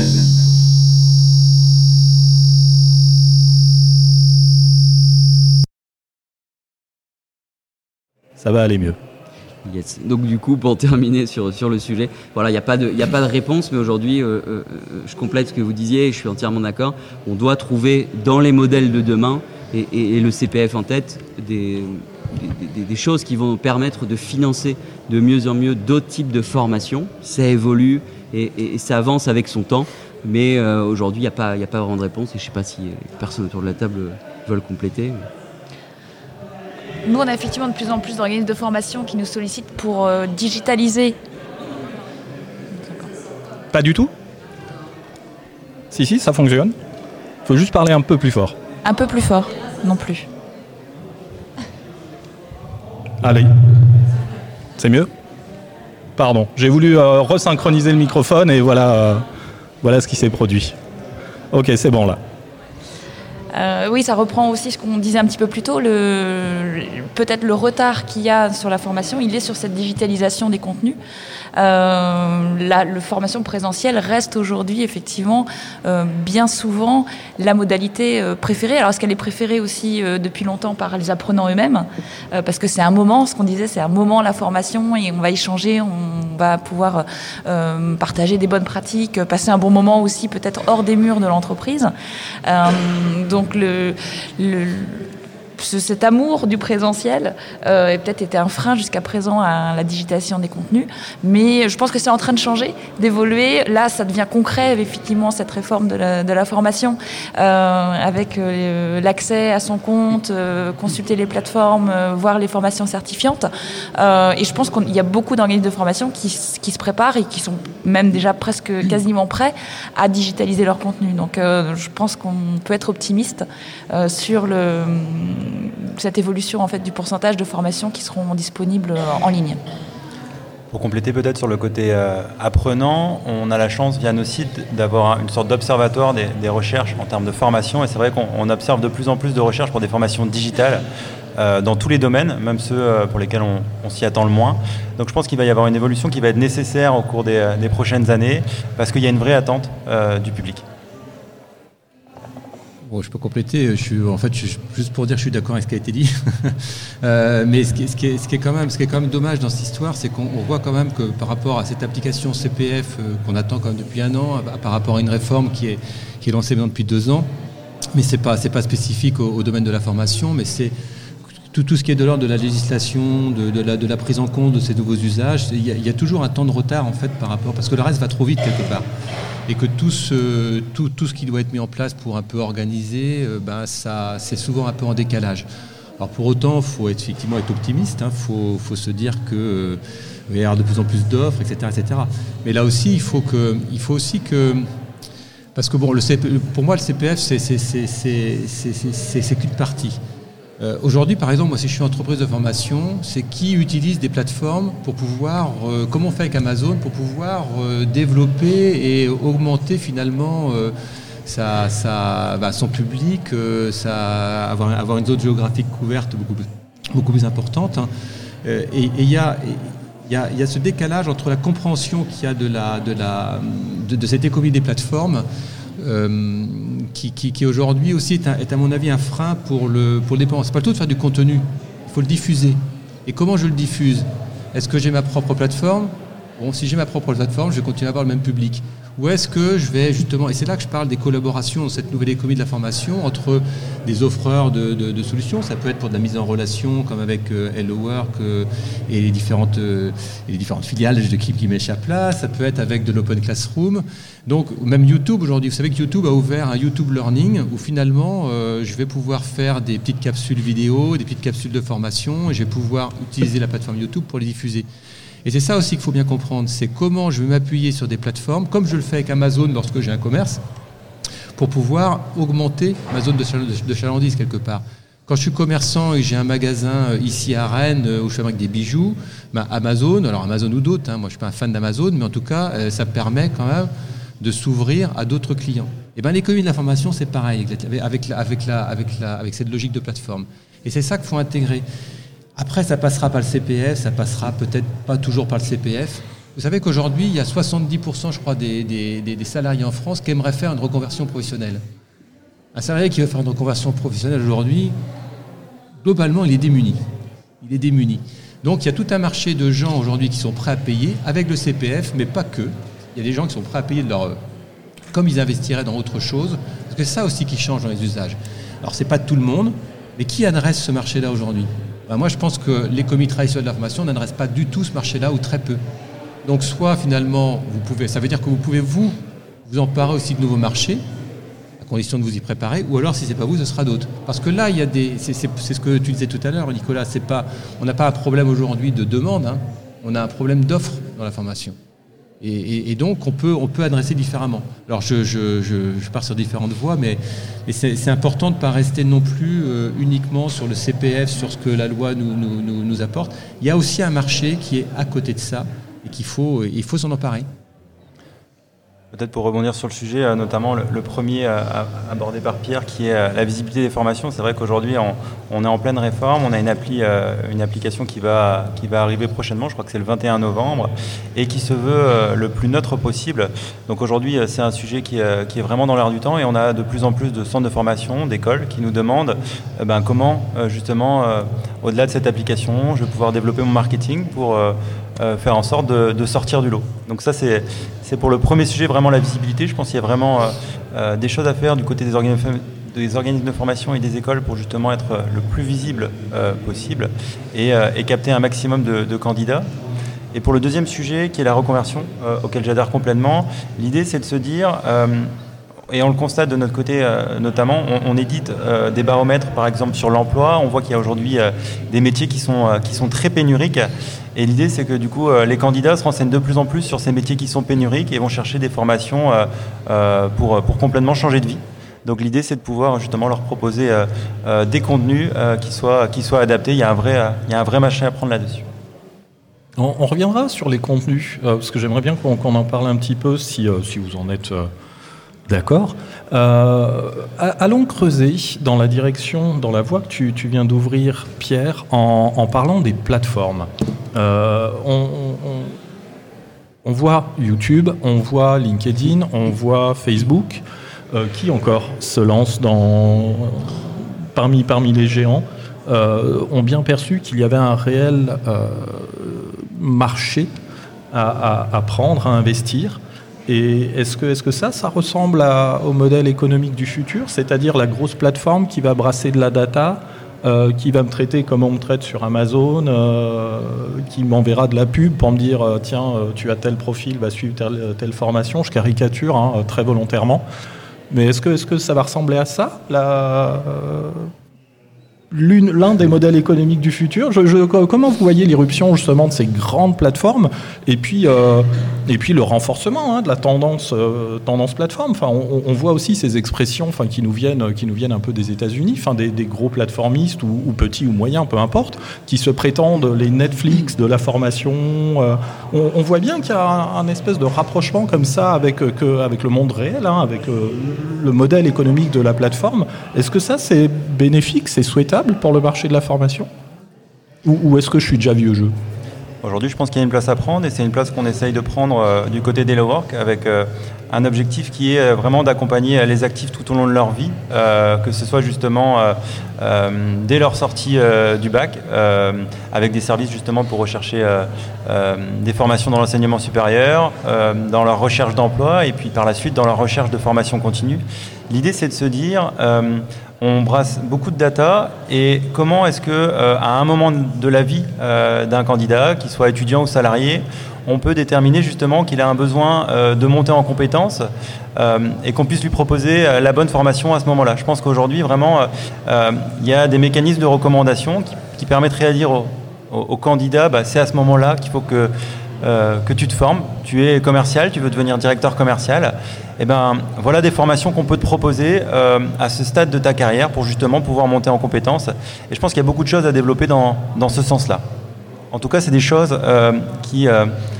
Speaker 1: Ça va aller mieux.
Speaker 3: Yes. Donc du coup, pour terminer sur le sujet, il n'y a pas de réponse, mais aujourd'hui, je complète ce que vous disiez et je suis entièrement d'accord. On doit trouver dans les modèles de demain, et le CPF en tête, des choses qui vont permettre de financer de mieux en mieux d'autres types de formations. Ça évolue et ça avance avec son temps. Mais aujourd'hui, il n'y a pas vraiment de réponse. Et je ne sais pas si les personnes autour de la table veulent compléter.
Speaker 2: Nous, on a effectivement de plus en plus d'organismes de formation qui nous sollicitent pour digitaliser.
Speaker 1: Pas du tout ? Si, ça fonctionne. Il faut juste parler un peu plus fort.
Speaker 2: Un peu plus fort, non plus.
Speaker 1: Allez. C'est mieux ? Pardon. J'ai voulu resynchroniser le microphone et voilà ce qui s'est produit. Ok, c'est bon là.
Speaker 2: Oui, ça reprend aussi ce qu'on disait un petit peu plus tôt. Peut-être le retard qu'il y a sur la formation, il est sur cette digitalisation des contenus. La formation présentielle reste aujourd'hui effectivement bien souvent la modalité préférée. Alors est-ce qu'elle est préférée aussi depuis longtemps par les apprenants eux-mêmes parce que c'est un moment, ce qu'on disait, c'est un moment la formation et on va échanger, on va pouvoir partager des bonnes pratiques, passer un bon moment aussi peut-être hors des murs de l'entreprise. Donc cet amour du présentiel a peut-être été un frein jusqu'à présent à la digitalisation des contenus, mais je pense que c'est en train de changer, d'évoluer. Là, ça devient concret, effectivement, cette réforme de la formation, avec l'accès à son compte, consulter les plateformes, voir les formations certifiantes. Et je pense qu'il y a beaucoup d'organismes de formation qui se préparent et qui sont même déjà presque quasiment prêts à digitaliser leur contenu. Donc, je pense qu'on peut être optimiste sur cette évolution en fait du pourcentage de formations qui seront disponibles en ligne.
Speaker 4: Pour compléter peut-être sur le côté apprenant, on a la chance via nos sites d'avoir une sorte d'observatoire des recherches en termes de formation et c'est vrai qu'on observe de plus en plus de recherches pour des formations digitales dans tous les domaines, même ceux pour lesquels on s'y attend le moins. Donc je pense qu'il va y avoir une évolution qui va être nécessaire au cours des prochaines années parce qu'il y a une vraie attente du public.
Speaker 5: Bon, je peux compléter. Juste pour dire, je suis d'accord avec ce qui a été dit. Mais ce qui est quand même dommage dans cette histoire, c'est qu'on voit quand même que par rapport à cette application CPF qu'on attend quand même depuis 1 an, par rapport à une réforme qui est lancée maintenant depuis 2 ans, mais c'est pas spécifique au domaine de la formation, mais c'est tout ce qui est de l'ordre de la législation, de la prise en compte de ces nouveaux usages. Il y a toujours un temps de retard en fait par rapport, parce que le reste va trop vite quelque part. Et que tout ce qui doit être mis en place pour un peu organiser, ça, c'est souvent un peu en décalage. Alors pour autant, il faut effectivement être optimiste, faut se dire que il va y avoir de plus en plus d'offres, etc., etc. Mais là aussi, il faut aussi que parce que bon, pour moi, le CPF, c'est qu'une partie. Aujourd'hui, par exemple, moi, si je suis entreprise de formation, c'est qui utilise des plateformes pour pouvoir, comment on fait avec Amazon, pour pouvoir développer et augmenter finalement son public, avoir une zone géographique couverte beaucoup plus importante. Hein. Et il y a ce décalage entre la compréhension qu'il y a de cette économie des plateformes, qui aujourd'hui aussi est à mon avis un frein pour le déploiement. C'est pas le tout de faire du contenu, il faut le diffuser. Et comment je le diffuse ? Est-ce que j'ai ma propre plateforme ? Bon, si j'ai ma propre plateforme, je vais continuer à avoir le même public. Ou est-ce que je vais justement, et c'est là que je parle des collaborations dans cette nouvelle économie de la formation entre des offreurs de solutions, ça peut être pour de la mise en relation comme avec Hello Work et les différentes filiales de qui m'échappent là, ça peut être avec de l'open classroom, donc même YouTube aujourd'hui, vous savez que YouTube a ouvert un YouTube Learning où finalement je vais pouvoir faire des petites capsules vidéo, des petites capsules de formation et je vais pouvoir utiliser la plateforme YouTube pour les diffuser. Et c'est ça aussi qu'il faut bien comprendre, c'est comment je vais m'appuyer sur des plateformes, comme je le fais avec Amazon lorsque j'ai un commerce, pour pouvoir augmenter ma zone de chalandise quelque part. Quand je suis commerçant et que j'ai un magasin ici à Rennes où je fabrique des bijoux, Amazon ou d'autres, moi je suis pas un fan d'Amazon, mais en tout cas ça permet quand même de s'ouvrir à d'autres clients. Et l'économie de l'information c'est pareil, avec cette logique de plateforme. Et c'est ça qu'il faut intégrer. Après, ça passera par le CPF, ça passera peut-être pas toujours par le CPF. Vous savez qu'aujourd'hui, il y a 70%, je crois, des salariés en France qui aimeraient faire une reconversion professionnelle. Un salarié qui veut faire une reconversion professionnelle aujourd'hui, globalement, il est démuni. Donc, il y a tout un marché de gens aujourd'hui qui sont prêts à payer avec le CPF, mais pas que. Il y a des gens qui sont prêts à payer comme ils investiraient dans autre chose. Parce que c'est ça aussi qui change dans les usages. Alors, c'est pas tout le monde, mais qui adresse ce marché-là aujourd'hui ? Moi, je pense que les commis traditionnels de la formation n'adressent pas du tout ce marché-là ou très peu. Donc, soit finalement, ça veut dire que vous pouvez vous emparer aussi de nouveaux marchés, à condition de vous y préparer, ou alors si c'est pas vous, ce sera d'autres. Parce que là, il y a c'est ce que tu disais tout à l'heure, Nicolas. On n'a pas un problème aujourd'hui de demande, hein, on a un problème d'offre dans la formation. Et donc, on peut adresser différemment. Alors, je pars sur différentes voies, mais c'est important de ne pas rester non plus uniquement sur le CPF, sur ce que la loi nous apporte. Il y a aussi un marché qui est à côté de ça et il faut s'en emparer.
Speaker 4: Peut-être pour rebondir sur le sujet, notamment le premier abordé par Pierre, qui est la visibilité des formations. C'est vrai qu'aujourd'hui, on est en pleine réforme. On a une application qui va arriver prochainement, je crois que c'est le 21 novembre, et qui se veut le plus neutre possible. Donc aujourd'hui, c'est un sujet qui est vraiment dans l'air du temps, et on a de plus en plus de centres de formation, d'écoles, qui nous demandent comment, justement, au-delà de cette application, je vais pouvoir développer mon marketing pour faire en sorte de sortir du lot. Donc ça, c'est pour le premier sujet, vraiment la visibilité. Je pense qu'il y a vraiment des choses à faire du côté des organismes de formation et des écoles pour justement être le plus visible possible et capter un maximum de candidats. Et pour le deuxième sujet, qui est la reconversion, auquel j'adhère complètement, l'idée, c'est de se dire... et on le constate de notre côté, notamment, on édite des baromètres, par exemple, sur l'emploi. On voit qu'il y a aujourd'hui des métiers qui sont très pénuriques. Et l'idée, c'est que du coup, les candidats se renseignent de plus en plus sur ces métiers qui sont pénuriques et vont chercher des formations pour complètement changer de vie. Donc l'idée, c'est de pouvoir justement leur proposer des contenus qui soient adaptés. Il y a un vrai marché à prendre là-dessus.
Speaker 1: On reviendra sur les contenus, parce que j'aimerais bien qu'on en parle un petit peu, si vous en êtes... D'accord. Allons creuser dans la direction, dans la voie que tu viens d'ouvrir, Pierre, en parlant des plateformes. On voit YouTube, on voit LinkedIn, on voit Facebook. Qui encore se lance parmi les géants ont bien perçu qu'il y avait un réel marché à prendre, à investir. Et est-ce que ça ressemble au modèle économique du futur, c'est-à-dire la grosse plateforme qui va brasser de la data, qui va me traiter comme on me traite sur Amazon, qui m'enverra de la pub pour me dire tiens, tu as tel profil, va suivre telle formation. Je caricature très volontairement. Mais est-ce que ça va ressembler à ça, l'un des modèles économiques du futur? Comment vous voyez l'irruption justement de ces grandes plateformes et puis le renforcement de la tendance plateforme. Enfin, on voit aussi ces expressions qui nous viennent un peu des États-Unis, des gros plateformistes ou petits ou moyens, peu importe, qui se prétendent les Netflix de la formation. On voit bien qu'il y a un espèce de rapprochement comme ça avec le monde réel, avec le modèle économique de la plateforme. Est-ce que ça c'est bénéfique, c'est souhaitable pour le marché de la formation, ou est-ce que je suis déjà vieux jeu?
Speaker 4: Aujourd'hui, je pense qu'il y a une place à prendre, et c'est une place qu'on essaye de prendre du côté d'Hello Work, avec un objectif qui est vraiment d'accompagner les actifs tout au long de leur vie, que ce soit justement dès leur sortie du bac, avec des services justement pour rechercher des formations dans l'enseignement supérieur, dans leur recherche d'emploi, et puis par la suite dans leur recherche de formation continue. L'idée, c'est de se dire... on brasse beaucoup de data, et comment est-ce que, à un moment de la vie d'un candidat, qu'il soit étudiant ou salarié, on peut déterminer justement qu'il a un besoin de monter en compétences et qu'on puisse lui proposer la bonne formation à ce moment-là. Je pense qu'aujourd'hui, vraiment, il y a des mécanismes de recommandation qui permettraient à dire aux candidats, c'est à ce moment-là qu'il faut que tu te formes. Tu es commercial, tu veux devenir directeur commercial. Voilà des formations qu'on peut te proposer à ce stade de ta carrière pour justement pouvoir monter en compétences. Et je pense qu'il y a beaucoup de choses à développer dans ce sens-là. En tout cas, c'est des choses qui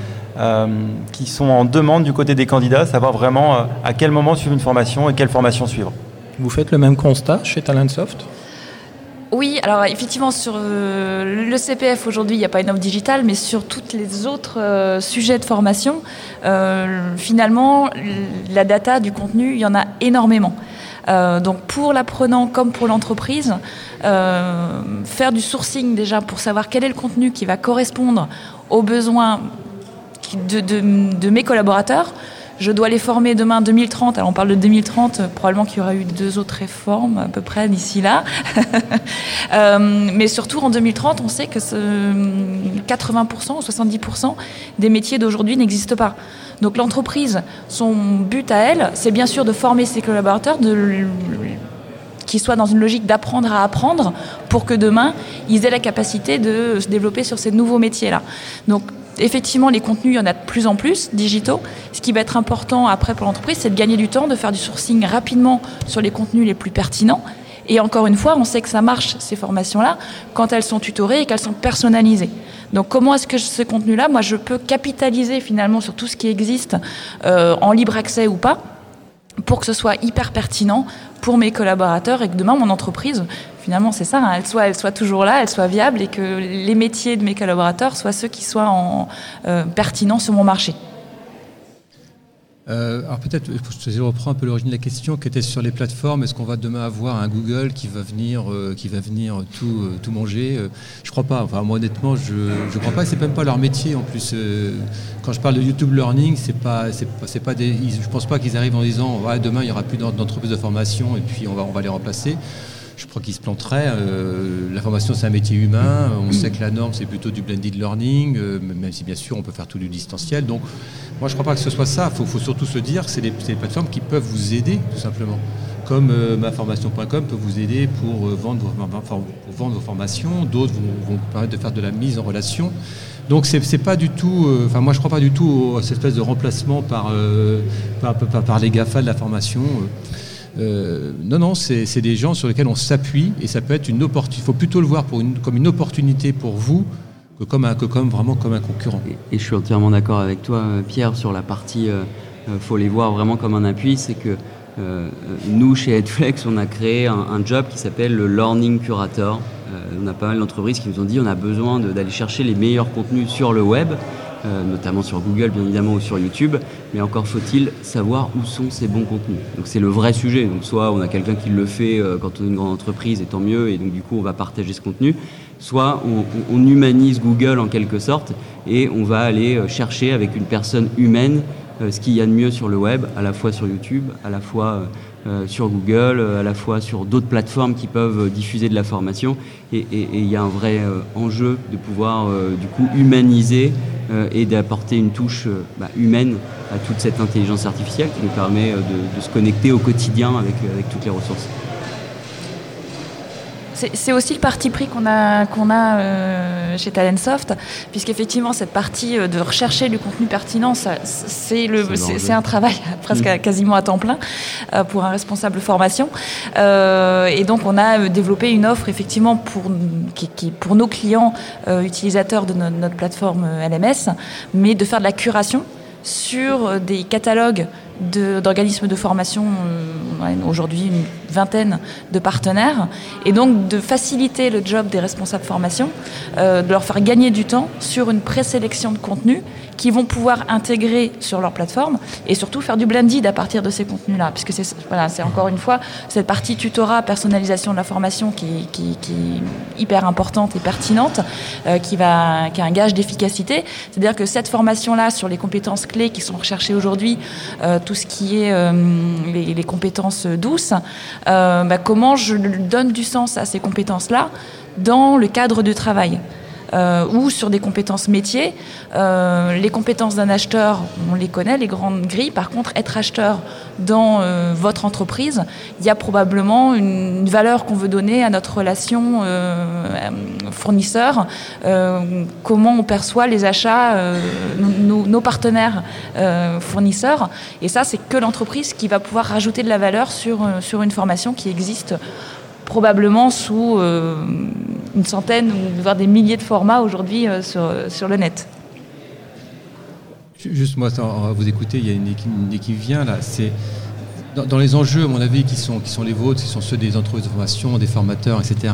Speaker 4: sont en demande du côté des candidats, savoir vraiment à quel moment suivre une formation et quelle formation suivre.
Speaker 1: Vous faites le même constat chez Talentsoft ?
Speaker 2: Oui, alors effectivement, sur le CPF, aujourd'hui, il n'y a pas une offre digitale, mais sur tous les autres sujets de formation, finalement, la data du contenu, il y en a énormément. Donc pour l'apprenant comme pour l'entreprise, faire du sourcing déjà pour savoir quel est le contenu qui va correspondre aux besoins de mes collaborateurs, je dois les former demain 2030. Alors on parle de 2030, probablement qu'il y aura eu 2 autres réformes à peu près d'ici là. Mais surtout en 2030, on sait que 80% ou 70% des métiers d'aujourd'hui n'existent pas. Donc l'entreprise, son but à elle, c'est bien sûr de former ses collaborateurs, qu'ils soient dans une logique d'apprendre à apprendre pour que demain, ils aient la capacité de se développer sur ces nouveaux métiers-là. Donc, effectivement, les contenus, il y en a de plus en plus, digitaux. Ce qui va être important après pour l'entreprise, c'est de gagner du temps, de faire du sourcing rapidement sur les contenus les plus pertinents. Et encore une fois, on sait que ça marche, ces formations-là, quand elles sont tutorées et qu'elles sont personnalisées. Donc comment est-ce que ce contenu-là, moi, je peux capitaliser finalement sur tout ce qui existe en libre accès ou pas, pour que ce soit hyper pertinent pour mes collaborateurs et que demain, mon entreprise, finalement, c'est ça, hein, elle soit toujours là, elle soit viable et que les métiers de mes collaborateurs soient ceux qui soient pertinents sur mon marché.
Speaker 5: Alors peut-être, je reprends un peu l'origine de la question qui était sur les plateformes. Est-ce qu'on va demain avoir un Google qui va venir tout manger? Je crois pas. Enfin, moi honnêtement, je crois pas. C'est même pas leur métier en plus. Quand je parle de YouTube Learning, c'est pas des. Je pense pas qu'ils arrivent en disant ouais, demain il y aura plus d'entreprises de formation et puis on va les remplacer. Je crois qu'ils se planteraient. La formation, c'est un métier humain. On sait que la norme, c'est plutôt du blended learning, même si bien sûr on peut faire tout du distanciel. Donc moi, je ne crois pas que ce soit ça. Il faut surtout se dire que c'est des plateformes qui peuvent vous aider, tout simplement. Comme maformation.com peut vous aider pour vendre vos formations. D'autres vont vous permettre de faire de la mise en relation. Donc c'est pas du tout. Moi, je ne crois pas du tout à cette espèce de remplacement par les GAFA de la formation. Non, c'est des gens sur lesquels on s'appuie et ça peut être une opportunité. Il faut plutôt le voir comme une opportunité pour vous vraiment comme un concurrent.
Speaker 3: Et je suis entièrement d'accord avec toi, Pierre, sur la partie, faut les voir vraiment comme un appui. C'est que nous, chez Edflex, on a créé un job qui s'appelle le Learning Curator. On a pas mal d'entreprises qui nous ont dit on a besoin d'aller chercher les meilleurs contenus sur le web, notamment sur Google bien évidemment ou sur YouTube, mais encore faut-il savoir où sont ces bons contenus. Donc c'est le vrai sujet. Donc soit on a quelqu'un qui le fait quand on est une grande entreprise et tant mieux, et donc du coup on va partager ce contenu, soit on humanise Google en quelque sorte et on va aller chercher avec une personne humaine ce qu'il y a de mieux sur le web, à la fois sur YouTube, à la fois sur Google, à la fois sur d'autres plateformes qui peuvent diffuser de la formation. Et il y a un vrai enjeu de pouvoir du coup humaniser et d'apporter une touche humaine à toute cette intelligence artificielle qui nous permet de se connecter au quotidien avec toutes les ressources.
Speaker 2: C'est aussi le parti pris qu'on a chez Talentsoft, puisqu'effectivement cette partie de rechercher du contenu pertinent, c'est un travail presque quasiment à temps plein pour un responsable formation. Et donc on a développé une offre effectivement qui pour nos clients utilisateurs de notre plateforme LMS, mais de faire de la curation sur des catalogues d'organismes de formation, aujourd'hui une vingtaine de partenaires, et donc de faciliter le job des responsables formation, de leur faire gagner du temps sur une présélection de contenus qui vont pouvoir intégrer sur leur plateforme et surtout faire du blended à partir de ces contenus-là, puisque c'est encore une fois cette partie tutorat, personnalisation de la formation qui est hyper importante et pertinente, qui a un gage d'efficacité. C'est-à-dire que cette formation-là sur les compétences clés qui sont recherchées aujourd'hui, tout ce qui est les compétences douces, comment je donne du sens à ces compétences-là dans le cadre du travail. Ou sur des compétences métiers. Les compétences d'un acheteur, on les connaît, les grandes grilles. Par contre, être acheteur dans votre entreprise, il y a probablement une valeur qu'on veut donner à notre relation fournisseur, comment on perçoit les achats, nos partenaires fournisseurs. Et ça, c'est que l'entreprise qui va pouvoir rajouter de la valeur sur une formation qui existe probablement sous une centaine ou voire des milliers de formats aujourd'hui sur le net.
Speaker 5: Juste moi, on va vous écouter, il y a une idée qui vient là. C'est dans les enjeux, à mon avis, qui sont les vôtres, qui sont ceux des entreprises de formation, des formateurs, etc.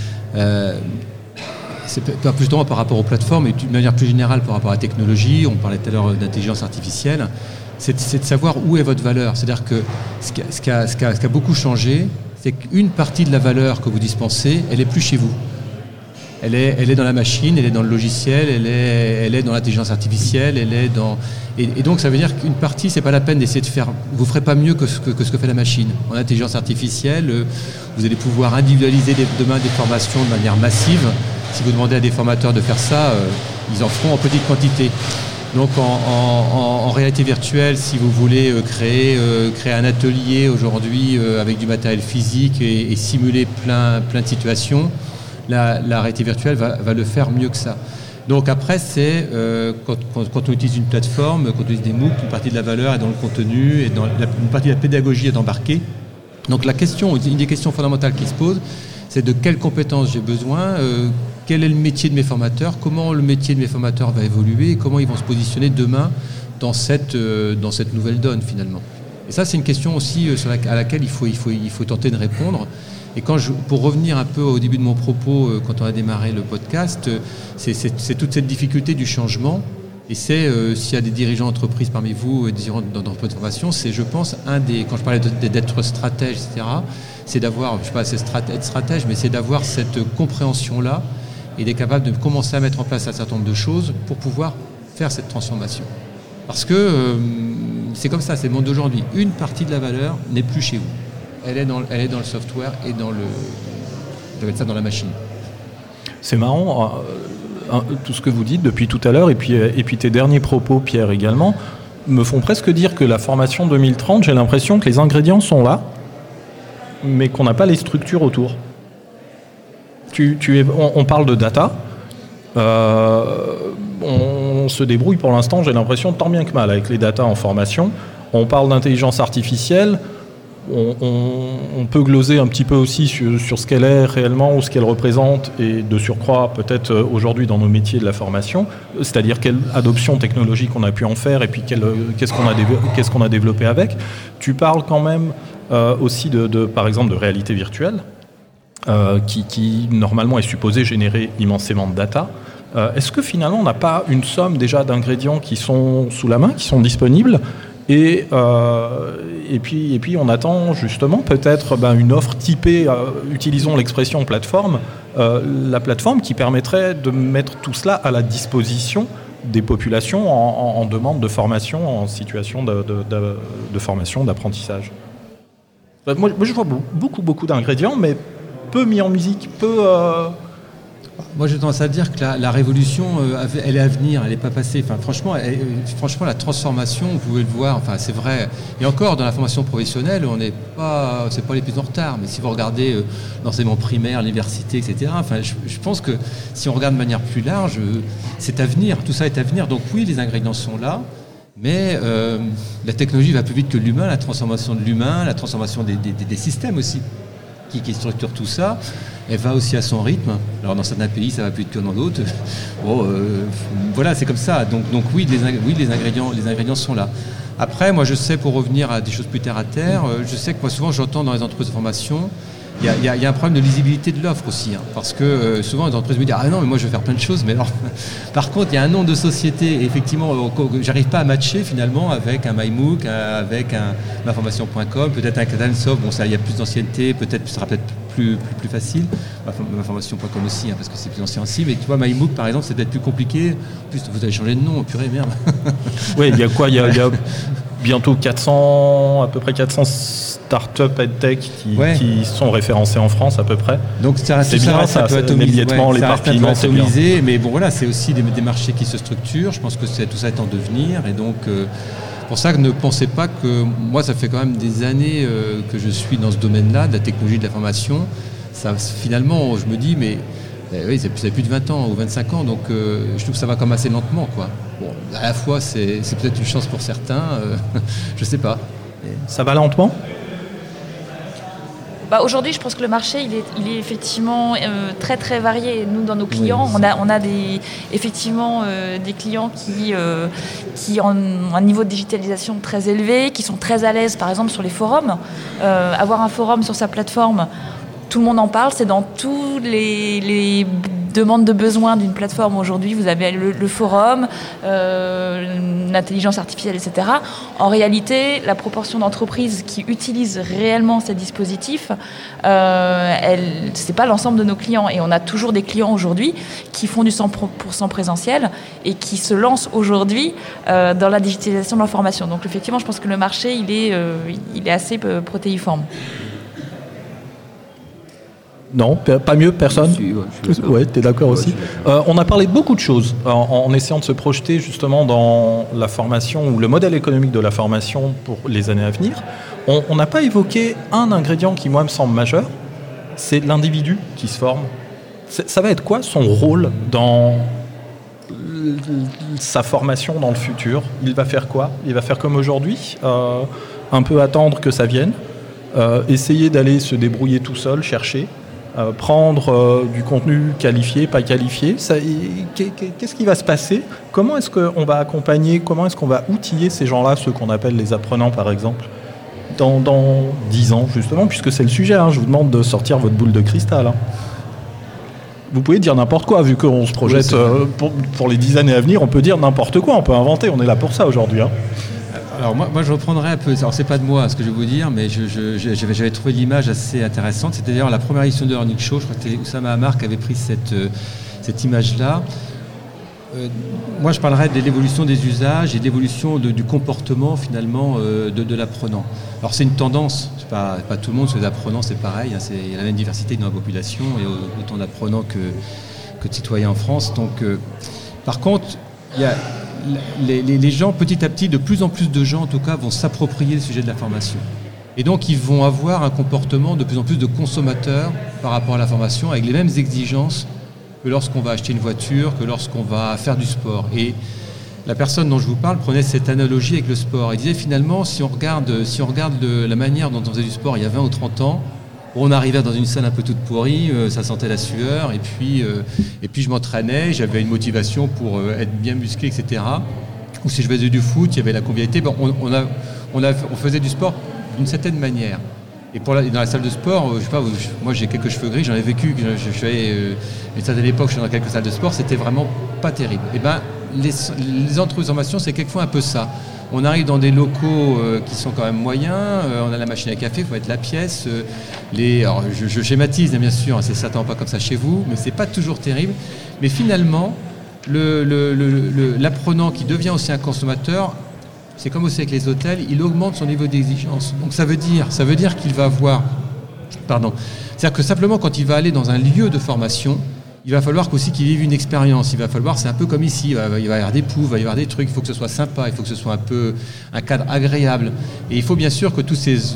Speaker 5: C'est pas justement par rapport aux plateformes, mais d'une manière plus générale par rapport à la technologie. On parlait tout à l'heure d'intelligence artificielle. C'est de savoir où est votre valeur. C'est-à-dire que ce qui a beaucoup changé, c'est qu'une partie de la valeur que vous dispensez, elle n'est plus chez vous. Elle est dans la machine, elle est dans le logiciel, elle est dans l'intelligence artificielle, et donc ça veut dire qu'une partie, c'est pas la peine d'essayer de faire. Vous ferez pas mieux que ce que fait la machine. En intelligence artificielle, vous allez pouvoir individualiser demain des formations de manière massive. Si vous demandez à des formateurs de faire ça, ils en feront en petite quantité. Donc en réalité virtuelle, si vous voulez créer un atelier aujourd'hui avec du matériel physique et simuler plein de situations, la réalité virtuelle va le faire mieux que ça. Donc après, c'est quand on utilise une plateforme, quand on utilise des MOOC, une partie de la valeur est dans le contenu et une partie de la pédagogie est embarquée. Donc une des questions fondamentales qui se pose, c'est de quelles compétences j'ai besoin, quel est le métier de mes formateurs, comment le métier de mes formateurs va évoluer et comment ils vont se positionner demain dans cette nouvelle donne finalement. Et ça, c'est une question aussi à laquelle il faut tenter de répondre. Et pour revenir un peu au début de mon propos, quand on a démarré le podcast, c'est toute cette difficulté du changement. Et s'il y a des dirigeants d'entreprise parmi vous, des dirigeants d'entreprise de formation, c'est, je pense, quand je parlais d'être stratège, etc., c'est d'avoir, je ne sais pas, être stratège, mais c'est d'avoir cette compréhension-là et d'être capable de commencer à mettre en place un certain nombre de choses pour pouvoir faire cette transformation. Parce que c'est comme ça, c'est le monde d'aujourd'hui. Une partie de la valeur n'est plus chez vous. Elle est dans le software et dans la machine.
Speaker 1: C'est marrant, tout ce que vous dites depuis tout à l'heure, et puis tes derniers propos, Pierre, également, me font presque dire que la formation 2030, j'ai l'impression que les ingrédients sont là, mais qu'on n'a pas les structures autour. On parle de data, on se débrouille pour l'instant, j'ai l'impression, tant bien que mal avec les data en formation. On parle d'intelligence artificielle, on peut gloser un petit peu aussi sur ce qu'elle est réellement ou ce qu'elle représente, et de surcroît peut-être aujourd'hui dans nos métiers de la formation, c'est-à-dire quelle adoption technologique on a pu en faire et puis qu'est-ce qu'on a développé avec. Tu parles quand même aussi par exemple de réalité virtuelle qui normalement est supposée générer immensément de data. Est-ce que finalement on n'a pas une somme déjà d'ingrédients qui sont sous la main, qui sont disponibles, et puis on attend justement peut-être une offre typée, utilisons l'expression plateforme, la plateforme qui permettrait de mettre tout cela à la disposition des populations en demande de formation, en situation de formation, d'apprentissage. Moi je vois beaucoup d'ingrédients, mais peu mis en musique, peu...
Speaker 5: Moi, j'ai tendance à dire que la révolution, elle est à venir, elle n'est pas passée. Enfin, franchement, la transformation, vous pouvez le voir. Enfin, c'est vrai. Et encore, dans la formation professionnelle, c'est pas les plus en retard. Mais si vous regardez l'enseignement primaire, l'université, etc. Enfin, je pense que si on regarde de manière plus large, c'est à venir. Tout ça est à venir. Donc oui, les ingrédients sont là. Mais la technologie va plus vite que l'humain, la transformation de l'humain, la transformation des systèmes aussi, qui structure tout ça. Elle va aussi à son rythme. Alors dans certains pays, ça va plus vite que dans d'autres. Bon, voilà, c'est comme ça. Donc oui, les ingrédients sont là. Après, moi, je sais, pour revenir à des choses plus terre à terre, je sais que moi, souvent, j'entends dans les entreprises de formation, il y a un problème de lisibilité de l'offre aussi, parce que souvent les entreprises me disent « Ah non, mais moi je vais faire plein de choses », mais alors, par contre, il y a un nombre de sociétés, effectivement, que j'arrive pas à matcher finalement avec un MyMOOC, avec un maformation.com, peut-être un Talentsoft, bon ça, il y a plus d'ancienneté, peut-être ce sera peut-être plus facile, maformation.com aussi, parce que c'est plus ancien aussi, mais tu vois, MyMOOC par exemple, c'est peut-être plus compliqué, en plus vous avez changé de nom, purée, merde.
Speaker 1: Oui, il y a quoi, il y a bientôt à peu près 400 start-up EdTech qui sont référencées en France à peu près.
Speaker 5: Donc c'est bien, ça peut atomiser,
Speaker 1: l'éparpillement, c'est bien.
Speaker 5: Mais bon voilà, c'est aussi des marchés qui se structurent. Je pense que tout ça est en devenir, et donc pour ça que ne pensez pas que moi, ça fait quand même des années que je suis dans ce domaine-là, de la technologie, de la formation. Ça, finalement, je me dis, mais oui, ça fait plus de 20 ans ou 25 ans, donc je trouve que ça va comme assez lentement, quoi. Bon, à la fois, c'est peut-être une chance pour certains, je sais pas.
Speaker 1: Ça va lentement ?
Speaker 2: Aujourd'hui, je pense que le marché, il est effectivement très très varié. Nous, dans nos clients, on a effectivement des clients qui ont un niveau de digitalisation très élevé, qui sont très à l'aise, par exemple, sur les forums. Avoir un forum sur sa plateforme, tout le monde en parle, c'est dans tous les demande de besoin d'une plateforme aujourd'hui, vous avez le forum, l'intelligence artificielle, etc. En réalité, la proportion d'entreprises qui utilisent réellement ces dispositifs, c'est pas l'ensemble de nos clients. Et on a toujours des clients aujourd'hui qui font du 100% présentiel et qui se lancent aujourd'hui dans la digitalisation de l'information. Donc effectivement, je pense que le marché, il est assez protéiforme.
Speaker 1: Non, pas mieux, personne. Ouais, t'es d'accord aussi. On a parlé de beaucoup de choses en essayant de se projeter justement dans la formation ou le modèle économique de la formation pour les années à venir. On n'a pas évoqué un ingrédient qui, moi, me semble majeur, c'est l'individu qui se forme. Ça va être quoi son rôle dans sa formation dans le futur? Il va faire quoi? Il va faire comme aujourd'hui, un peu attendre que ça vienne, essayer d'aller se débrouiller tout seul, chercher, prendre du contenu qualifié, pas qualifié. Qu'est-ce qui va se passer? Comment est-ce qu'on va accompagner, comment est-ce qu'on va outiller ces gens-là, ceux qu'on appelle les apprenants par exemple, dans 10 ans justement, puisque c'est le sujet, je vous demande de sortir votre boule de cristal. Vous pouvez dire n'importe quoi, vu qu'on se projette pour les 10 années à venir, on peut dire n'importe quoi, on peut inventer, on est là pour ça aujourd'hui.
Speaker 5: Alors moi je reprendrai un peu, alors c'est pas de moi ce que je vais vous dire, mais j'avais trouvé l'image assez intéressante. C'était d'ailleurs la première édition de Learning Show, je crois que c'était Oussama Hamar qui avait pris cette image-là. Moi je parlerai de l'évolution des usages et de l'évolution du comportement finalement de l'apprenant. Alors c'est une tendance, c'est pas tout le monde, les apprenants c'est pareil, il y a la même diversité dans la population, et autant d'apprenants que de citoyens en France. Donc, par contre, il y a les gens, petit à petit, de plus en plus de gens en tout cas vont s'approprier le sujet de la formation. Et donc ils vont avoir un comportement de plus en plus de consommateurs par rapport à la formation, avec les mêmes exigences que lorsqu'on va acheter une voiture, que lorsqu'on va faire du sport. Et la personne dont je vous parle prenait cette analogie avec le sport. Il disait finalement, si on regarde la manière dont on faisait du sport il y a 20 ou 30 ans, on arrivait dans une salle un peu toute pourrie, ça sentait la sueur, et puis je m'entraînais, j'avais une motivation pour être bien musclé, etc. Ou si je faisais du foot, il y avait la convivialité. On faisait du sport d'une certaine manière. Et dans la salle de sport, je sais pas, moi j'ai quelques cheveux gris, j'en ai vécu, une certaine époque, je suis dans quelques salles de sport, c'était vraiment pas terrible. Et les transformations, c'est quelquefois un peu ça. On arrive dans des locaux qui sont quand même moyens, on a la machine à café, il faut être la pièce. Alors je schématise bien sûr, c'est certainement pas comme ça chez vous, mais c'est pas toujours terrible. Mais finalement, l'apprenant qui devient aussi un consommateur, c'est comme aussi avec les hôtels, il augmente son niveau d'exigence. Donc ça veut dire qu'il va avoir... C'est-à-dire que simplement quand il va aller dans un lieu de formation, il va falloir aussi qu'il vive une expérience. C'est un peu comme ici, il va y avoir des poufs, il va y avoir des trucs, il faut que ce soit sympa, il faut que ce soit un cadre agréable. Et il faut bien sûr que tous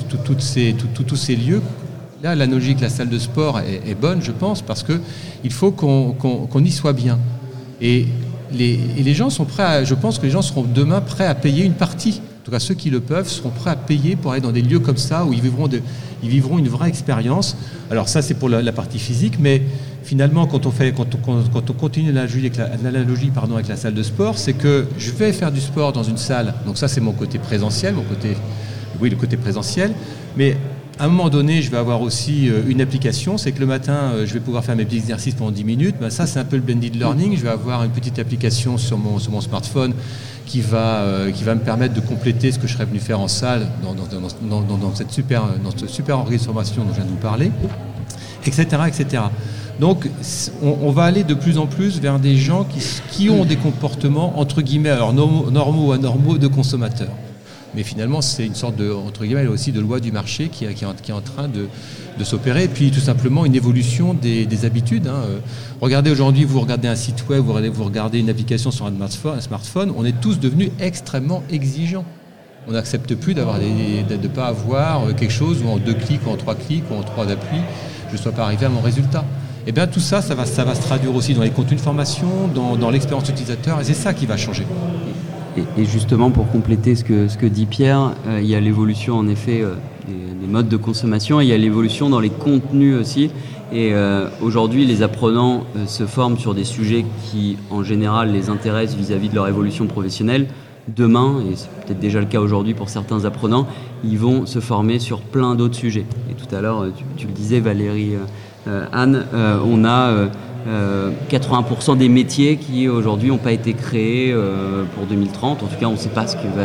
Speaker 5: ces lieux, là l'analogie de la salle de sport est bonne, je pense, parce qu'il faut qu'on y soit bien. Et les gens sont prêts je pense que les gens seront demain prêts à payer une partie. En tout cas, ceux qui le peuvent seront prêts à payer pour aller dans des lieux comme ça où ils vivront une vraie expérience. Alors ça, c'est pour la partie physique, mais finalement, quand on continue l'analogie avec la salle de sport, c'est que je vais faire du sport dans une salle. Donc ça, c'est mon côté présentiel, le côté présentiel. Mais à un moment donné, je vais avoir aussi une application. C'est que le matin, je vais pouvoir faire mes petits exercices pendant 10 minutes. Ça, c'est un peu le blended learning. Je vais avoir une petite application sur mon smartphone qui va me permettre de compléter ce que je serais venu faire en salle dans cette super organisation dont je viens de vous parler, etc., etc. Donc, on va aller de plus en plus vers des gens qui ont des comportements, entre guillemets, alors normaux ou anormaux, de consommateurs. Mais finalement, c'est une sorte de, entre guillemets, aussi de loi du marché qui est en train de s'opérer. Et puis, tout simplement, une évolution des habitudes. Regardez aujourd'hui, vous regardez un site web, vous regardez une application sur un smartphone, on est tous devenus extrêmement exigeants. On n'accepte plus de ne pas avoir quelque chose où en 2 clics, ou en 3 clics, ou en 3 appuis, je ne sois pas arrivé à mon résultat. Et bien tout ça, ça va se traduire aussi dans les contenus de formation, dans l'expérience utilisateur, et c'est ça qui va changer.
Speaker 3: Et justement, pour compléter ce que dit Pierre, il y a l'évolution en effet des modes de consommation, et il y a l'évolution dans les contenus aussi. Et aujourd'hui, les apprenants se forment sur des sujets qui, en général, les intéressent vis-à-vis de leur évolution professionnelle. Demain, et c'est peut-être déjà le cas aujourd'hui pour certains apprenants, ils vont se former sur plein d'autres sujets. Et tout à l'heure, tu le disais, Valérie, Anne, on a 80% des métiers qui aujourd'hui n'ont pas été créés pour 2030. En tout cas, on ne sait pas ce qui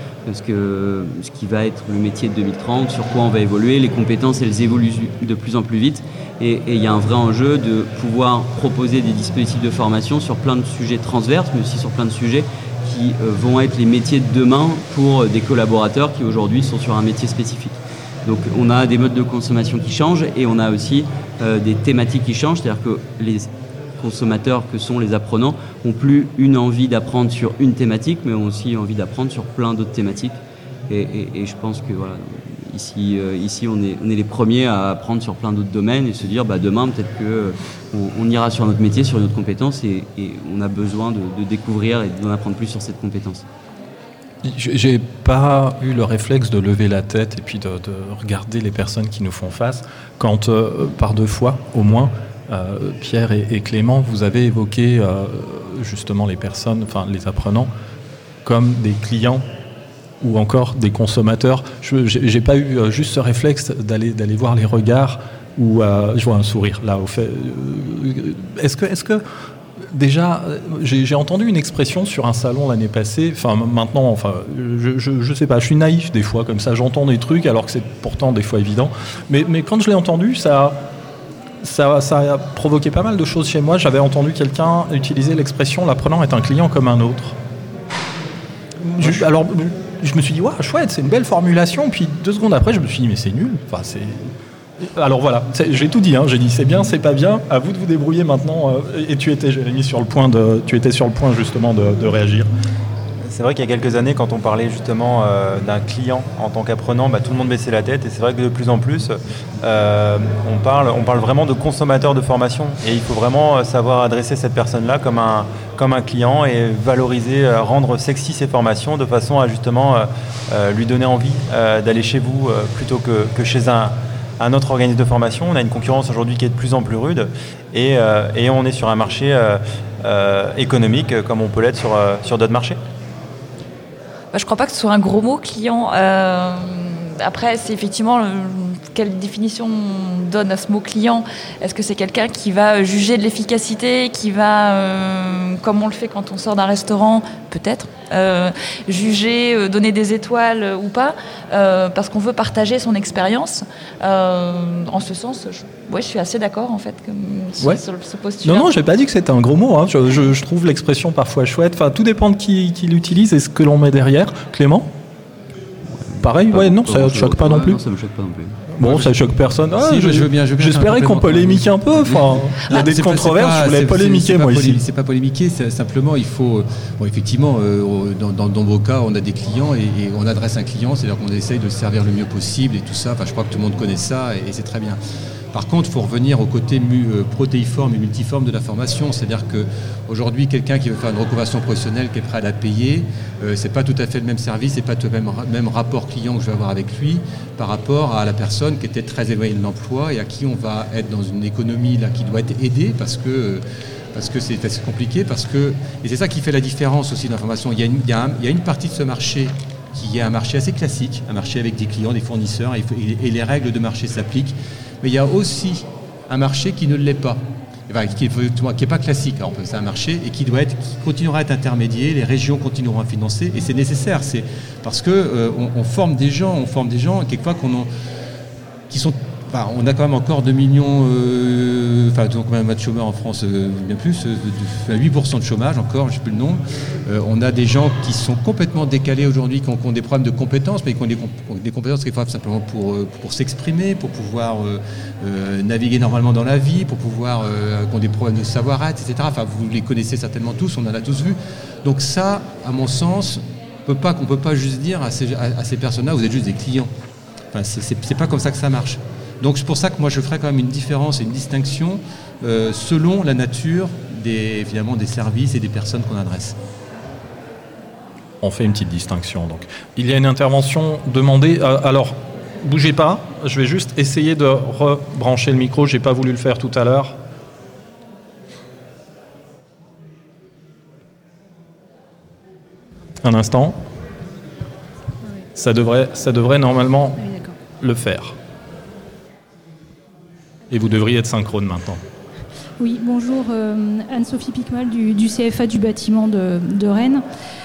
Speaker 3: va être le métier de 2030, sur quoi on va évoluer. Les compétences, elles évoluent de plus en plus vite. Et il y a un vrai enjeu de pouvoir proposer des dispositifs de formation sur plein de sujets transverses, mais aussi sur plein de sujets qui vont être les métiers de demain pour des collaborateurs qui aujourd'hui sont sur un métier spécifique. Donc on a des modes de consommation qui changent et on a aussi des thématiques qui changent, c'est-à-dire que les consommateurs que sont les apprenants n'ont plus une envie d'apprendre sur une thématique, mais ont aussi envie d'apprendre sur plein d'autres thématiques. Et je pense que voilà, ici on est les premiers à apprendre sur plein d'autres domaines et se dire demain peut-être qu'on ira sur notre métier, sur notre compétence et on a besoin de découvrir et d'en apprendre plus sur cette compétence.
Speaker 1: J'ai pas eu le réflexe de lever la tête et puis de regarder les personnes qui nous font face quand, par deux fois au moins, Pierre et Clément, vous avez évoqué justement les personnes, enfin les apprenants, comme des clients ou encore des consommateurs. J'ai pas eu juste ce réflexe d'aller voir les regards ou je vois un sourire là au fait. Est-ce que déjà, j'ai entendu une expression sur un salon l'année passée, maintenant, je sais pas, je suis naïf des fois, comme ça, j'entends des trucs alors que c'est pourtant des fois évident, mais quand je l'ai entendu, ça a provoqué pas mal de choses chez moi. J'avais entendu quelqu'un utiliser l'expression « l'apprenant est un client comme un autre ». Alors, je me suis dit « waouh, chouette, c'est une belle formulation », puis 2 secondes après, je me suis dit « mais c'est nul ». Alors voilà, j'ai tout dit, j'ai dit c'est bien, c'est pas bien, à vous de vous débrouiller maintenant. Et tu étais, Jérémy, sur le point justement de réagir.
Speaker 4: C'est vrai qu'il y a quelques années, quand on parlait justement d'un client en tant qu'apprenant, tout le monde baissait la tête. Et c'est vrai que de plus en plus, on parle vraiment de consommateur de formation. Et il faut vraiment savoir adresser cette personne-là comme un client et valoriser, rendre sexy ses formations de façon à justement lui donner envie d'aller chez vous plutôt que chez un autre organisme de formation. On a une concurrence aujourd'hui qui est de plus en plus rude et on est sur un marché économique comme on peut l'être sur d'autres marchés.
Speaker 2: Je ne crois pas que ce soit un gros mot, client. Après, c'est effectivement quelle définition on donne à ce mot client. Est-ce que c'est quelqu'un qui va juger de l'efficacité, qui va, comme on le fait quand on sort d'un restaurant, peut-être, juger, donner des étoiles ou pas, parce qu'on veut partager son expérience. En ce sens, je suis assez d'accord en fait sur ce postulat.
Speaker 1: Non, j'ai pas dit que c'était un gros mot. Je trouve l'expression parfois chouette. Enfin, tout dépend de qui l'utilise et ce que l'on met derrière. Clément ? Pareil, ça ne choque pas non plus.
Speaker 3: Non, ça me choque pas non plus.
Speaker 1: Bon, ça choque personne.
Speaker 5: Si, je veux bien
Speaker 1: j'espérais qu'on polémique un peu. Il y a des controverses, je voulais polémiquer moi ici.
Speaker 5: C'est pas polémiquer, simplement il faut... effectivement, dans de nombreux cas, on a des clients et on adresse un client, c'est-à-dire qu'on essaye de le servir le mieux possible et tout ça. Je crois que tout le monde connaît ça et c'est très bien. Par contre, il faut revenir au côté protéiforme et multiforme de la formation. C'est-à-dire qu'aujourd'hui, quelqu'un qui veut faire une reconversion professionnelle, qui est prêt à la payer, c'est pas tout à fait le même service, c'est pas tout le même rapport client que je vais avoir avec lui par rapport à la personne qui était très éloignée de l'emploi et à qui on va être dans une économie là, qui doit être aidée parce que c'est compliqué, et c'est ça qui fait la différence aussi dans la formation. Il y a une partie de ce marché qui est un marché assez classique, un marché avec des clients, des fournisseurs, et les règles de marché s'appliquent. Mais il y a aussi un marché qui ne l'est pas, qui n'est pas classique. Alors, c'est un marché et qui continuera à être intermédiaire, les régions continueront à financer, et c'est nécessaire. C'est parce que on forme des gens quelquefois qui sont... on a quand même encore 2 millions, combien de chômeurs en France, bien plus, 8% de chômage encore, je ne sais plus le nombre. On a des gens qui sont complètement décalés aujourd'hui, qui ont des problèmes de compétences, mais qui ont des compétences qu'il faut simplement pour s'exprimer, pour pouvoir naviguer normalement dans la vie, pour pouvoir, qui ont des problèmes de savoir-être, etc. Vous les connaissez certainement tous, on en a tous vu. Donc ça, à mon sens, on ne peut pas juste dire à ces personnes-là, vous êtes juste des clients. C'est pas comme ça que ça marche. Donc c'est pour ça que moi je ferais quand même une différence et une distinction selon la nature évidemment des services et des personnes qu'on adresse.
Speaker 1: On fait une petite distinction. Donc, il y a une intervention demandée. Alors, bougez pas. Je vais juste essayer de rebrancher le micro. J'ai pas voulu le faire tout à l'heure. Un instant. Ça devrait normalement le faire. Et vous devriez être synchrone maintenant.
Speaker 7: Oui, bonjour, Anne-Sophie Picmal du CFA du bâtiment de Rennes.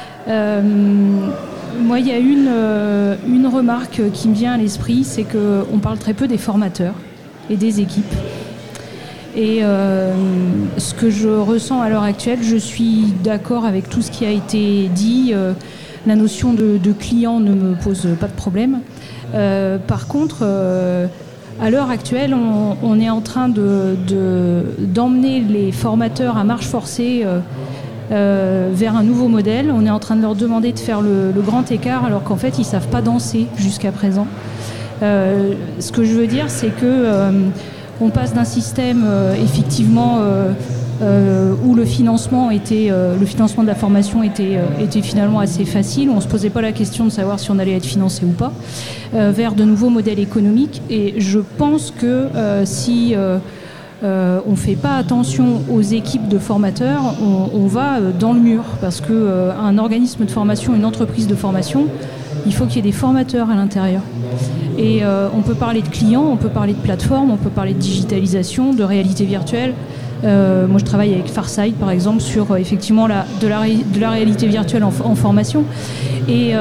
Speaker 7: Moi, il y a une remarque qui me vient à l'esprit, c'est qu'on parle très peu des formateurs et des équipes. Et ce que je ressens à l'heure actuelle, je suis d'accord avec tout ce qui a été dit. La notion de client ne me pose pas de problème. Par contre, à l'heure actuelle, on est en train d'emmener les formateurs à marche forcée vers un nouveau modèle. On est en train de leur demander de faire le grand écart alors qu'en fait, ils ne savent pas danser jusqu'à présent. Ce que je veux dire, c'est que on passe d'un système effectivement où le financement de la formation était finalement assez facile, où on ne se posait pas la question de savoir si on allait être financé ou pas, vers de nouveaux modèles économiques. Et je pense que si on ne fait pas attention aux équipes de formateurs, on va dans le mur, parce qu'un organisme de formation, une entreprise de formation, il faut qu'il y ait des formateurs à l'intérieur. Et on peut parler de clients, on peut parler de plateformes, on peut parler de digitalisation, de réalité virtuelle. Moi, je travaille avec Farsight, par exemple, sur effectivement de la réalité virtuelle en formation. Et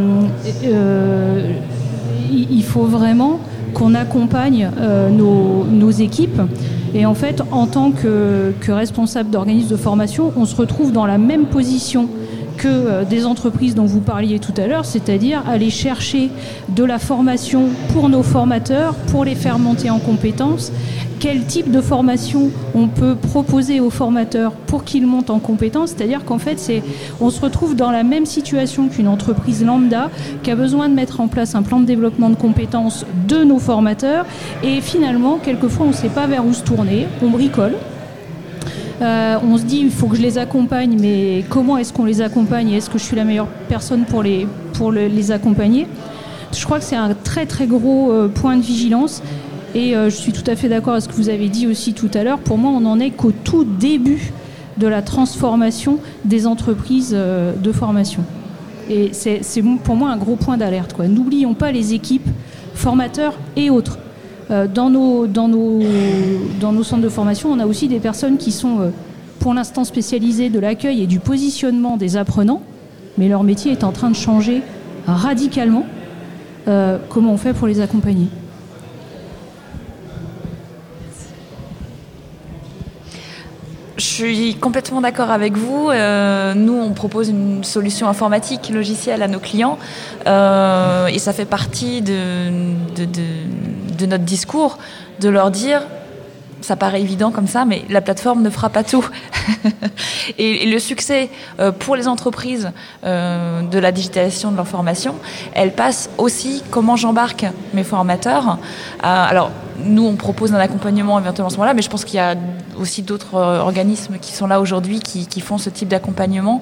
Speaker 7: il faut vraiment qu'on accompagne nos équipes. Et en fait, en tant que responsable d'organisme de formation, on se retrouve dans la même position que des entreprises dont vous parliez tout à l'heure, c'est-à-dire aller chercher de la formation pour nos formateurs, pour les faire monter en compétences. Quel type de formation on peut proposer aux formateurs pour qu'ils montent en compétences? C'est-à-dire qu'en fait, on se retrouve dans la même situation qu'une entreprise lambda qui a besoin de mettre en place un plan de développement de compétences de nos formateurs. Et finalement, quelquefois, on ne sait pas vers où se tourner, on bricole. On se dit il faut que je les accompagne, mais comment est-ce qu'on les accompagne et est-ce que je suis la meilleure personne pour les accompagner? Je crois que c'est un très très gros point de vigilance et je suis tout à fait d'accord avec ce que vous avez dit aussi tout à l'heure. Pour moi, on n'en est qu'au tout début de la transformation des entreprises de formation. Et c'est pour moi un gros point d'alerte, quoi. N'oublions pas les équipes, formateurs et autres. Dans nos centres de formation, on a aussi des personnes qui sont pour l'instant spécialisées de l'accueil et du positionnement des apprenants, mais leur métier est en train de changer radicalement. Comment on fait pour les accompagner ?
Speaker 2: Je suis complètement d'accord avec vous. Nous, on propose une solution informatique logicielle à nos clients et ça fait partie de notre discours de leur dire, ça paraît évident comme ça, mais la plateforme ne fera pas tout. Et le succès pour les entreprises de la digitalisation de leur formation, elle passe aussi comment j'embarque mes formateurs. Alors, nous, on propose un accompagnement éventuellement à ce moment-là, mais je pense qu'il y a aussi d'autres organismes qui sont là aujourd'hui qui font ce type d'accompagnement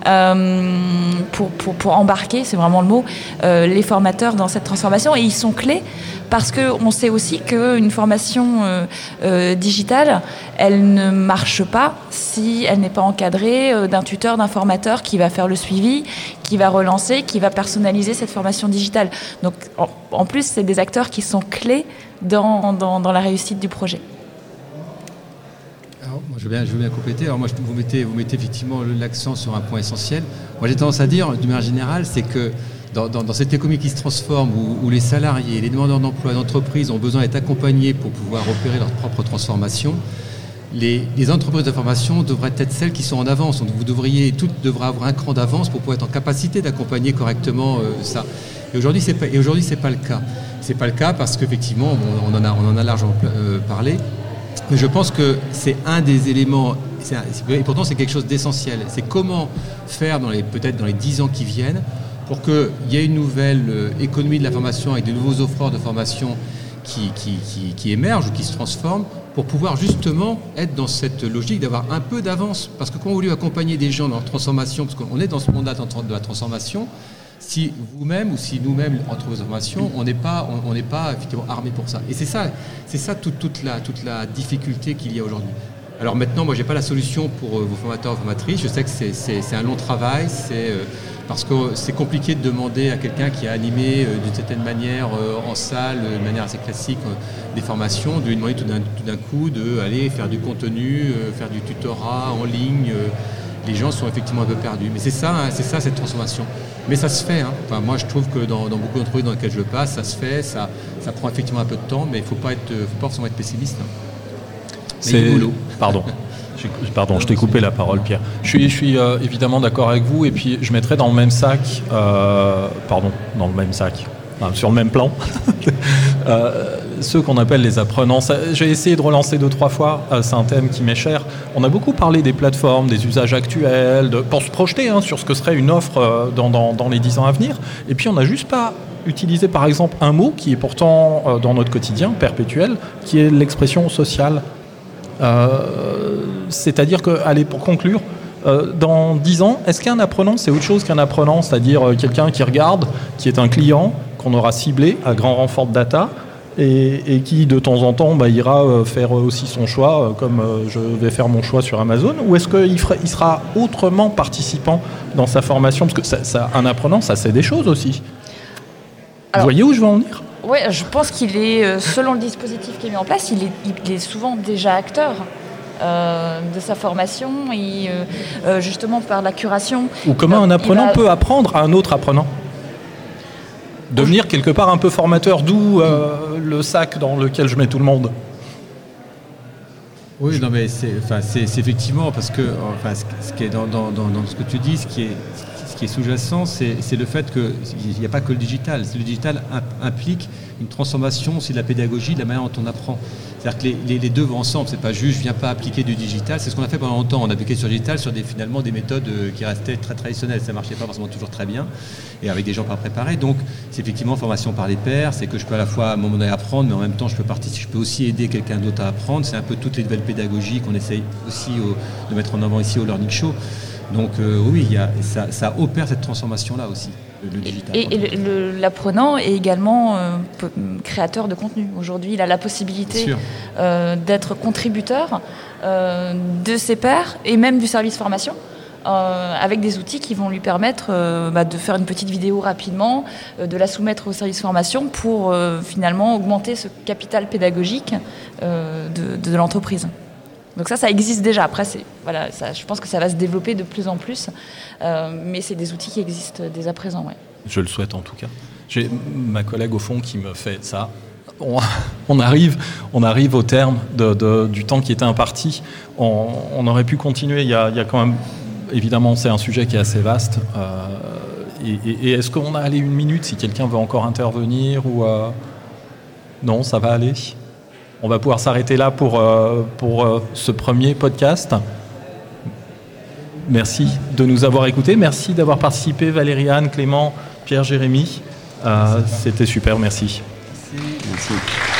Speaker 2: pour embarquer, c'est vraiment le mot, les formateurs dans cette transformation. Et ils sont clés parce qu'on sait aussi qu'une formation digitale, elle ne marche pas si elle n'est pas encadrée d'un tuteur, d'un formateur qui va faire le suivi, qui va relancer, qui va personnaliser cette formation digitale. Donc, en plus, c'est des acteurs qui sont clés dans la réussite du projet.
Speaker 5: Alors, moi, je veux bien compléter. Alors, moi, vous mettez effectivement l'accent sur un point essentiel. Moi, j'ai tendance à dire, d'une manière générale, c'est que dans cette économie qui se transforme, où les salariés, les demandeurs d'emploi d'entreprises ont besoin d'être accompagnés pour pouvoir opérer leur propre transformation, les entreprises de formation devraient être celles qui sont en avance. Donc, toutes devraient avoir un cran d'avance pour pouvoir être en capacité d'accompagner correctement ça. Et aujourd'hui, c'est pas le cas. C'est pas le cas parce qu'effectivement, on en a largement parlé. Mais je pense que c'est un des éléments, et pourtant c'est quelque chose d'essentiel. C'est comment faire peut-être dans les 10 ans qui viennent pour qu'il y ait une nouvelle économie de la formation avec de nouveaux offreurs de formation qui émergent ou qui se transforment pour pouvoir justement être dans cette logique d'avoir un peu d'avance. Parce que quand vous voulez accompagner des gens dans leur transformation, parce qu'on est dans ce mandat de la transformation, si vous-même ou si nous-mêmes, entre vos formations, on n'est pas effectivement armés pour ça. Et c'est ça toute la difficulté qu'il y a aujourd'hui. Alors maintenant, moi, j'ai pas la solution pour vos formateurs et formatrices. Je sais que c'est un long travail, parce que c'est compliqué de demander à quelqu'un qui a animé d'une certaine manière en salle, de manière assez classique, des formations, de lui demander tout d'un coup d'aller faire du contenu, faire du tutorat en ligne. Les gens sont effectivement un peu perdus. Mais c'est ça cette transformation. Mais ça se fait. Enfin, moi, je trouve que dans beaucoup d'entreprises dans lesquelles je passe, ça se fait. Ça prend effectivement un peu de temps, mais il ne faut pas forcément être pessimiste.
Speaker 1: C'est du boulot. Pardon, je t'ai coupé la parole, Pierre. Je suis évidemment d'accord avec vous, et puis je mettrais dans le même sac, sur le même plan, ceux qu'on appelle les apprenants. J'ai essayé de relancer 2-3 fois, c'est un thème qui m'est cher. On a beaucoup parlé des plateformes, des usages actuels, pour se projeter sur ce que serait une offre dans les 10 ans à venir, et puis on n'a juste pas utilisé par exemple un mot qui est pourtant dans notre quotidien perpétuel, qui est l'expression sociale. C'est-à-dire que, allez, pour conclure, dans 10 ans, est-ce qu'un apprenant, c'est autre chose qu'un apprenant, c'est-à-dire quelqu'un qui regarde, qui est un client, qu'on aura ciblé à grand renfort de data, et qui, de temps en temps, ira faire aussi son choix, comme je vais faire mon choix sur Amazon, ou est-ce qu'il sera autrement participant dans sa formation? Parce que un apprenant, ça sait des choses aussi. Vous voyez où je veux en venir?
Speaker 2: Oui, je pense qu'il est, selon le dispositif qui est mis en place, il est souvent déjà acteur de sa formation et justement par la curation.
Speaker 1: Ou comment un apprenant peut apprendre à un autre apprenant? Devenir quelque part un peu formateur, d'où le sac dans lequel je mets tout le monde.
Speaker 5: Oui, non, mais c'est effectivement parce que ce qui est dans ce que tu dis, ce qui est sous-jacent, c'est le fait qu'il n'y a pas que le digital. Le digital implique une transformation aussi de la pédagogie, de la manière dont on apprend. C'est-à-dire que les deux vont ensemble. C'est pas juste, je viens pas appliquer du digital. C'est ce qu'on a fait pendant longtemps. On a appliqué sur le digital sur finalement des méthodes qui restaient très traditionnelles. Ça marchait pas forcément toujours très bien et avec des gens pas préparés. Donc, c'est effectivement formation par les pairs. C'est que je peux à la fois à un moment donné apprendre, mais en même temps, je peux aussi aider quelqu'un d'autre à apprendre. C'est un peu toutes les nouvelles pédagogies qu'on essaye aussi de mettre en avant ici au Learning Show. Donc oui, ça opère cette transformation-là aussi, le digital.
Speaker 2: Et l'apprenant est également créateur de contenu. Aujourd'hui, il a la possibilité d'être contributeur de ses pairs et même du service formation, avec des outils qui vont lui permettre de faire une petite vidéo rapidement, de la soumettre au service formation pour finalement augmenter ce capital pédagogique de l'entreprise. Donc ça existe déjà. Après, je pense que ça va se développer de plus en plus. Mais c'est des outils qui existent dès à présent. Ouais.
Speaker 1: Je le souhaite en tout cas. J'ai ma collègue au fond qui me fait ça. On arrive au terme du temps qui était imparti. On aurait pu continuer. Il y a quand même... Évidemment, c'est un sujet qui est assez vaste. Et est-ce qu'on a allé 1 minute si quelqu'un veut encore intervenir ou Non, ça va aller. On va pouvoir s'arrêter là pour ce premier podcast. Merci de nous avoir écoutés. Merci d'avoir participé, Valériane, Clément, Pierre, Jérémy. C'était super, merci.
Speaker 3: Merci.